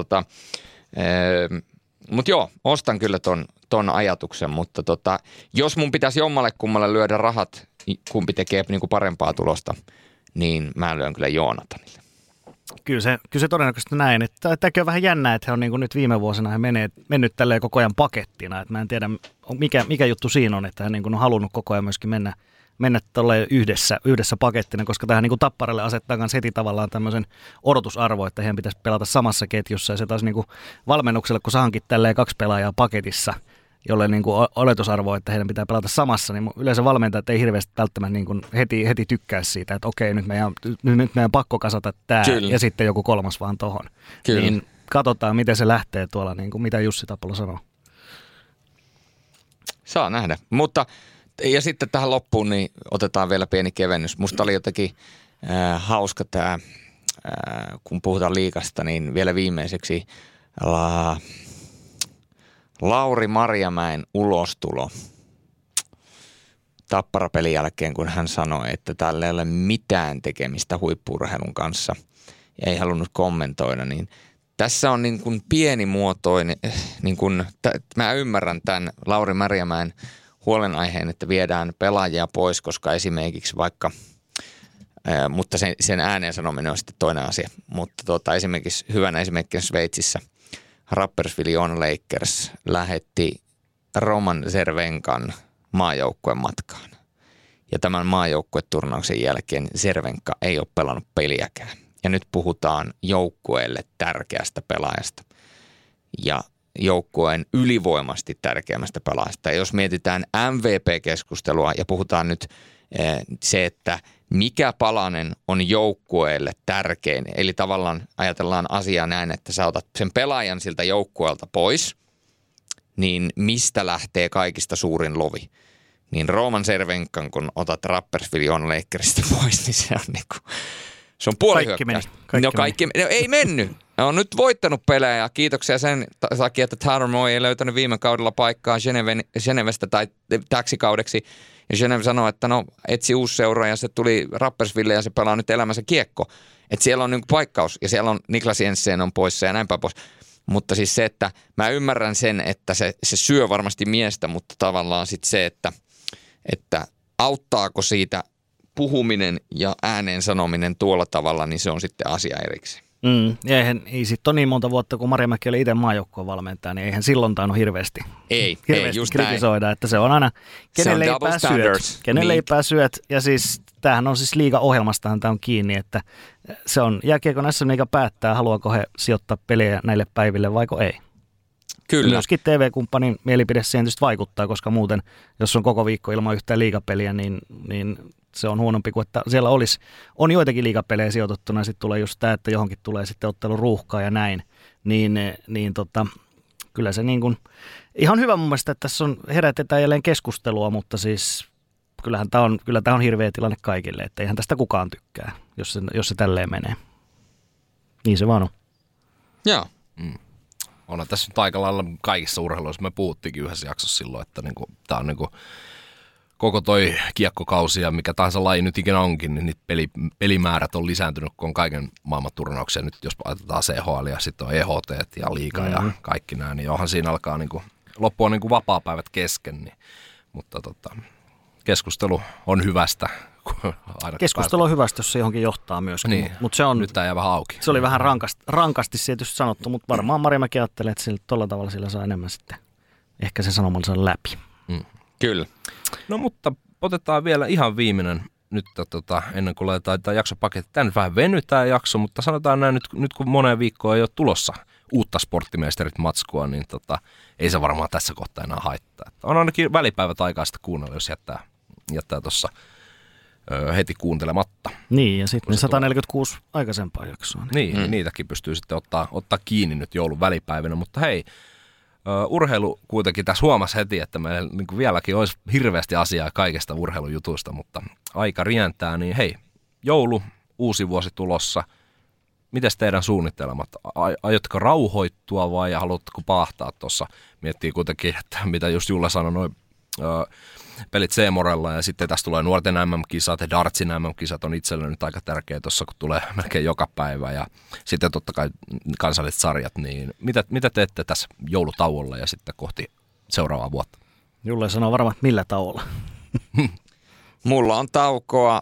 joo, ostan kyllä ton ajatuksen, mutta jos mun pitäisi jommalle kummalle lyödä rahat, kumpi tekee niin kuin parempaa tulosta, niin mä lyön kyllä Joonatanille. Kyllä se todennäköisesti näin. Tämäkin on vähän jännää, että he on niin kuin nyt viime vuosina he mennyt tälleen koko ajan pakettina. Että mä en tiedä, mikä juttu siinä on, että he niin kuin on halunnut koko ajan myöskin mennä tolleen yhdessä pakettina, koska tähän niin kuin Tapparalle asettaa myös heti tavallaan tämmöisen odotusarvo, että heidän pitäisi pelata samassa ketjussa. Ja se taas niin kuin valmennukselle, kun sä hankit tälleen 2 pelaajaa paketissa, jolle niin kuin oletusarvo, että heidän pitää pelata samassa, niin yleensä valmentajat ei hirveästi välttämättä niin kuin heti tykkää siitä, että okei, nyt meidän pakko kasata tämä ja sitten joku kolmas vaan tohon. Kyllä. Niin katsotaan, miten se lähtee tuolla, niin kuin mitä Jussi Tapola sanoo. Saa nähdä, mutta ja sitten tähän loppuun niin otetaan vielä pieni kevennys. Musta oli jotenkin hauska tämä, kun puhutaan liigasta, niin vielä viimeiseksi Lauri Marjamäen ulostulo Tappara-pelin jälkeen, kun hän sanoi, että tällä ei ole mitään tekemistä huippu-urheilun kanssa ja ei halunnut kommentoida, niin tässä on niin kuin pienimuotoinen, niin kuin, mä ymmärrän tämän Lauri Marjamäen huolenaiheen, että viedään pelaajia pois, koska esimerkiksi vaikka, mutta sen ääneen sanominen on sitten toinen asia, mutta esimerkiksi hyvänä esimerkkinä Sveitsissä Rapperswil Jona Lakers lähetti Roman Cervenkan maajoukkueen matkaan. Ja tämän maajoukkueturnauksen jälkeen Cervenka ei ole pelannut peliäkään. Ja nyt puhutaan joukkueelle tärkeästä pelaajasta. Ja joukkueen ylivoimasti tärkeämmästä pelaajasta. Ja jos mietitään MVP-keskustelua ja puhutaan nyt se, että mikä palanen on joukkueelle tärkein. Eli tavallaan ajatellaan asiaa näin, että sä otat sen pelaajan siltä joukkueelta pois, niin mistä lähtee kaikista suurin lovi? Niin Roman Cervenkan, kun otat Rapperswil Jona Lakersista pois, niin se on niinku, se on puolihyökkäys. Kaikki meni. Ei mennyt. on nyt voittanut pelejä ja kiitoksia sen takia, että Tyler Moy ei löytänyt viime kaudella paikkaa Genevestä tai täksi kaudeksi. Ja Geneve sanoi, että no etsi uusi seura ja se tuli Rapperswille ja se pelaa nyt elämänsä kiekko. Että siellä on niin paikkaus ja siellä on Niklas Jensen on poissa ja näin päin pois. Mutta siis se, että mä ymmärrän sen, että se syö varmasti miestä, mutta tavallaan sitten se, että auttaako siitä puhuminen ja ääneen sanominen tuolla tavalla, niin se on sitten asia erikseen. Ei sitten ole niin monta vuotta, kun Marjamäki oli itse maajoukkueen valmentaja, niin eihän silloin tainnut hirveästi just kritisoida, näin. Että se on aina, kenen leipää syöt, ja siis tämähän on siis liigaohjelmastahan tämä on kiinni, että se on jääkiekon SM Liiga päättää, haluaako he sijoittaa pelejä näille päiville vaiko ei. Kyllä. Myöskin TV-kumppanin mielipide siihen tietysti vaikuttaa, koska muuten, jos on koko viikko ilman yhtään liigapeliä, niin se on huonompi kuin, että siellä on joitakin liigapelejä sijoitettuna, ja sitten tulee just tämä, että johonkin tulee sitten ottelun ruuhkaa ja näin, niin kyllä se niin kuin, ihan hyvä mun mielestä, että tässä herätetään jälleen keskustelua, mutta siis kyllä tämä on hirveä tilanne kaikille, että eihän tästä kukaan tykkää, jos se tälleen menee. Niin se vaan on. Joo. Onhan tässä nyt aika lailla kaikissa urheiluissa. Me puhuttiinkin yhdessä jaksossa silloin, että niinku, tämä on niinku koko toi kiekkokausi ja mikä tahansa laji nyt ikinä onkin, niin niitä pelimäärät on lisääntynyt, kun on kaiken maailman turnauksia. Nyt jos laitetaan CHL ja sitten on EHT ja liiga ja kaikki nämä, niin onhan siinä alkaa niinku, loppu on niinku vapaapäivät kesken. Niin, mutta keskustelu on hyvästä. Keskustelu on hyvästä, jos se johonkin johtaa myöskin. Niin, mutta se on, nyt tämä jää vähän auki. Se oli vähän rankasti tietysti sanottu, mutta varmaan Marjamäki ajattelee, että tuolla tavalla sillä saa enemmän sitten ehkä se sanomansa läpi. Kyllä. No mutta otetaan vielä ihan viimeinen nyt ennen kuin laitetaan tämä jaksopaketti. Tämä nyt vähän venytään jakso, mutta sanotaan näin, nyt kun moneen viikkoon ei ole tulossa uutta Sporttimeisterit-matskua, niin ei se varmaan tässä kohtaa enää haittaa. Että on ainakin välipäivät aikaa sitten kuunnella, jos jättää tuossa heti kuuntelematta. Niin, ja sitten 146 aikaisempaa jaksoa. Niin, niitäkin pystyy sitten ottaa kiinni nyt joulun välipäivänä, mutta hei, urheilu kuitenkin tässä huomasi heti, että meillä niin vieläkin olisi hirveästi asiaa kaikesta urheilujutuista, mutta aika rientää, niin hei, joulu, uusi vuosi tulossa. Mites teidän suunnitelmat? Aiotko rauhoittua vai haluatteko paahtaa tuossa? Miettii kuitenkin, että mitä just Julle sanoi, noin pelit C-morella ja sitten tästä tulee nuorten MM-kisat ja dartsin MM-kisat on itselleni nyt aika tärkeä tuossa, kun tulee melkein joka päivä ja sitten totta kai kansalliset sarjat, niin mitä teette tässä joulutauolla ja sitten kohti seuraavaa vuotta? Julle sanoo varmaan, että millä tauolla? Mulla on taukoa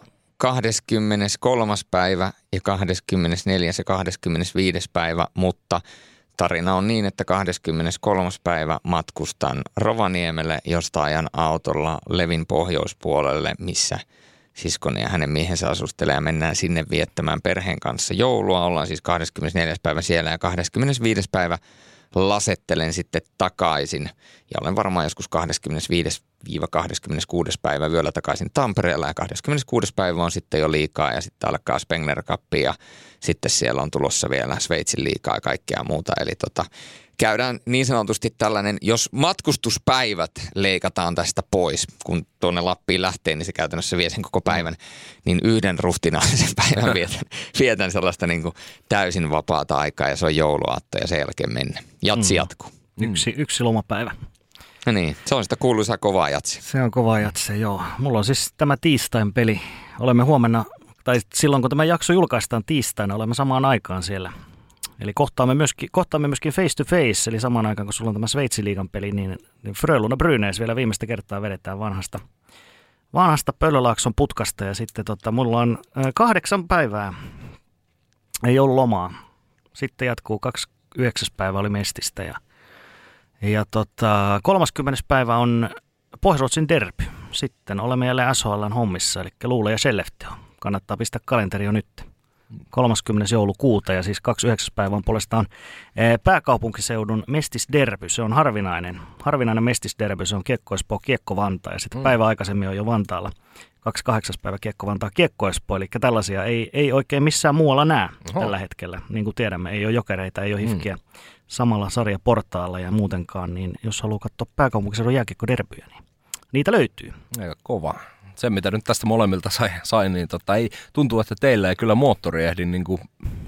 23. päivä ja 24. ja 25. päivä, mutta tarina on niin, että 23. päivä matkustan Rovaniemelle, josta ajan autolla Levin pohjoispuolelle, missä siskoni ja hänen miehensä asustelee ja mennään sinne viettämään perheen kanssa joulua. Ollaan siis 24. päivä siellä ja 25. päivä lasettelen sitten takaisin ja olen varmaan joskus 25-26. päivä yöllä takaisin Tampereella ja 26. päivä on sitten jo liikaa ja sitten alkaa Spengler Cup ja sitten siellä on tulossa vielä Sveitsin liigaa ja kaikkea muuta. Eli käydään niin sanotusti tällainen, jos matkustuspäivät leikataan tästä pois, kun tuonne Lappiin lähtee, niin se käytännössä vie sen koko päivän, niin yhden ruhtinaisen päivän vietän sellaista niin kuin täysin vapaata aikaa ja se on jouluaatto ja sen jälkeen mennä. Jatsi jatkuu. Yksi lomapäivä. No niin, se on sitä kuuluisaa kovaa jatsi. Se on kovaa jatsi, joo. Mulla on siis tämä tiistain peli. Olemme huomenna, tai silloin kun tämä jakso julkaistaan tiistaina, olemme samaan aikaan siellä. Eli kohtaamme myöskin face to face, eli samaan aikaan kun sulla on tämä Sveitsin liigan peli, niin Frölunda Brynäs vielä viimeistä kertaa vedetään vanhasta Pöllölaakson putkasta. Ja sitten mulla on 8 päivää joululomaa. Sitten jatkuu 29. päivä oli Mestistä ja 30. päivä on Pohjois-Ruotsin derby. Sitten olemme jälleen SHL:n hommissa, eli Luule ja Skellefteå. Kannattaa pistää kalenteri jo nyt. 30. joulukuuta ja siis 29. päivä on puolestaan pääkaupunkiseudun Mestis-derby. Se on harvinainen Mestis-derby, se on Kiekko Espoo, Kiekko Vantaa ja sitten päivä aikaisemmin on jo Vantaalla 28. päivä Kiekko Vantaa, Kiekko Espoo, eli tällaisia ei oikein missään muualla näe tällä hetkellä. Niin kuin tiedämme, ei ole Jokereita, ei ole HIFKiä samalla sarjaportaalla ja muutenkaan, niin jos haluaa katsoa pääkaupunkiseudun jääkiekko-derbyjä, niin niitä löytyy. Aika kova. Se, mitä nyt tästä molemmilta sai niin ei tuntuu, että teillä ei kyllä moottori ehdi niin kuin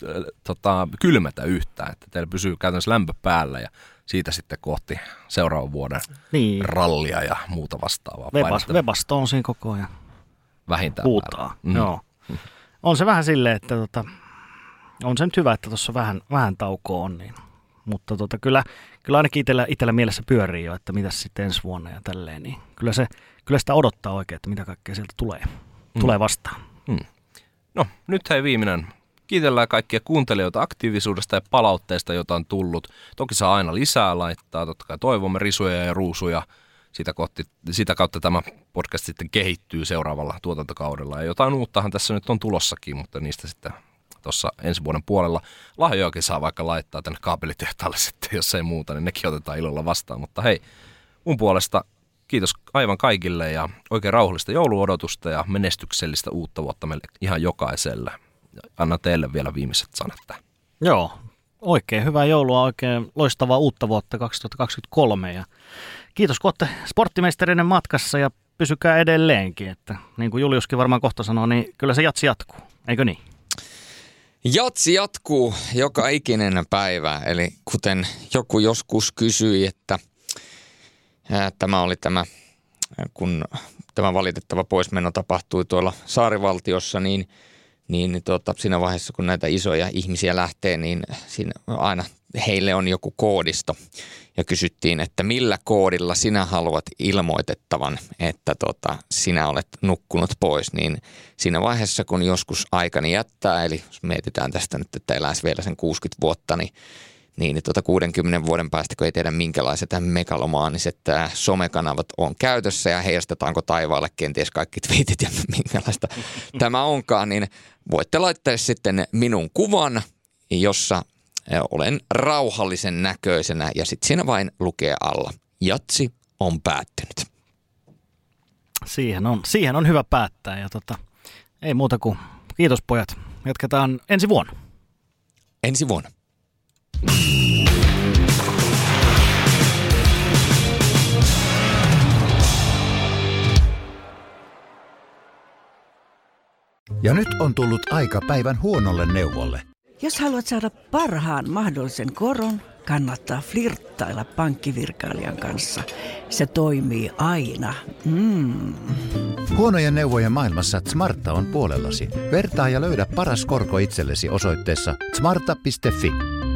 kylmätä yhtään, että teillä pysyy käytännössä lämpö päällä ja siitä sitten kohti seuraavan vuoden rallia ja muuta vastaavaa. Webasto on siinä koko ajan. Vähintään puutaa. Joo. On se vähän silleen, että on se nyt hyvä, että tuossa vähän taukoa on. Niin. Mutta kyllä ainakin itsellä mielessä pyörii jo, että mitäs sitten ensi vuonna ja tälleen. Niin kyllä sitä odottaa oikein, että mitä kaikkea sieltä tulee vastaan. No nyt hei viimeinen. Kiitellään kaikkia kuuntelijoita aktiivisuudesta ja palautteista, jota on tullut. Toki saa aina lisää laittaa, totta kai toivomme risuja ja ruusuja. Sitä kautta tämä podcast sitten kehittyy seuraavalla tuotantokaudella. Ja jotain uuttahan tässä nyt on tulossakin, mutta niistä sitten tuossa ensi vuoden puolella lahjojakin saa vaikka laittaa tänne kaapelitehtaalle sitten, jos ei muuta, niin nekin otetaan ilolla vastaan. Mutta hei, mun puolesta kiitos aivan kaikille ja oikein rauhallista jouluodotusta ja menestyksellistä uutta vuotta meille ihan jokaiselle. Anna teille vielä viimeiset sanat tähän. Joo, oikein hyvää joulua, oikein loistavaa uutta vuotta 2023 ja kiitos kun olette sporttimeistereiden matkassa ja pysykää edelleenkin, että niin kuin Juliuskin varmaan kohta sanoo, niin kyllä se jatsi jatkuu, eikö niin? Jatsi jatkuu joka ikinen päivä, eli kuten joku joskus kysyi, että kun tämä valitettava poismeno tapahtui tuolla saarivaltiossa, niin siinä vaiheessa, kun näitä isoja ihmisiä lähtee, niin siinä aina heille on joku koodisto. Ja kysyttiin, että millä koodilla sinä haluat ilmoitettavan, että sinä olet nukkunut pois. Niin siinä vaiheessa, kun joskus aikani jättää, eli jos mietitään tästä nyt, että eläisi vielä sen 60 vuotta, niin 60 vuoden päästä, kun ei tiedä minkälaiset megalomaaniset somekanavat on käytössä ja heijastetaanko taivaalle kenties kaikki twiitit ja minkälaista tämä onkaan, niin voitte laittaa sitten minun kuvan, jossa olen rauhallisen näköisenä ja sitten siinä vain lukee alla. Jatsi on päättynyt. Siihen on hyvä päättää ja ei muuta kuin kiitos pojat. Jatketaan ensi vuonna. Ensi vuonna. Ja nyt on tullut aika päivän huonolle neuvolle. Jos haluat saada parhaan mahdollisen koron, kannattaa flirttailla pankkivirkailijan kanssa. Se toimii aina. Huonojen neuvojen maailmassa Smarta on puolellasi. Vertaa ja löydä paras korko itsellesi osoitteessa smarta.fi.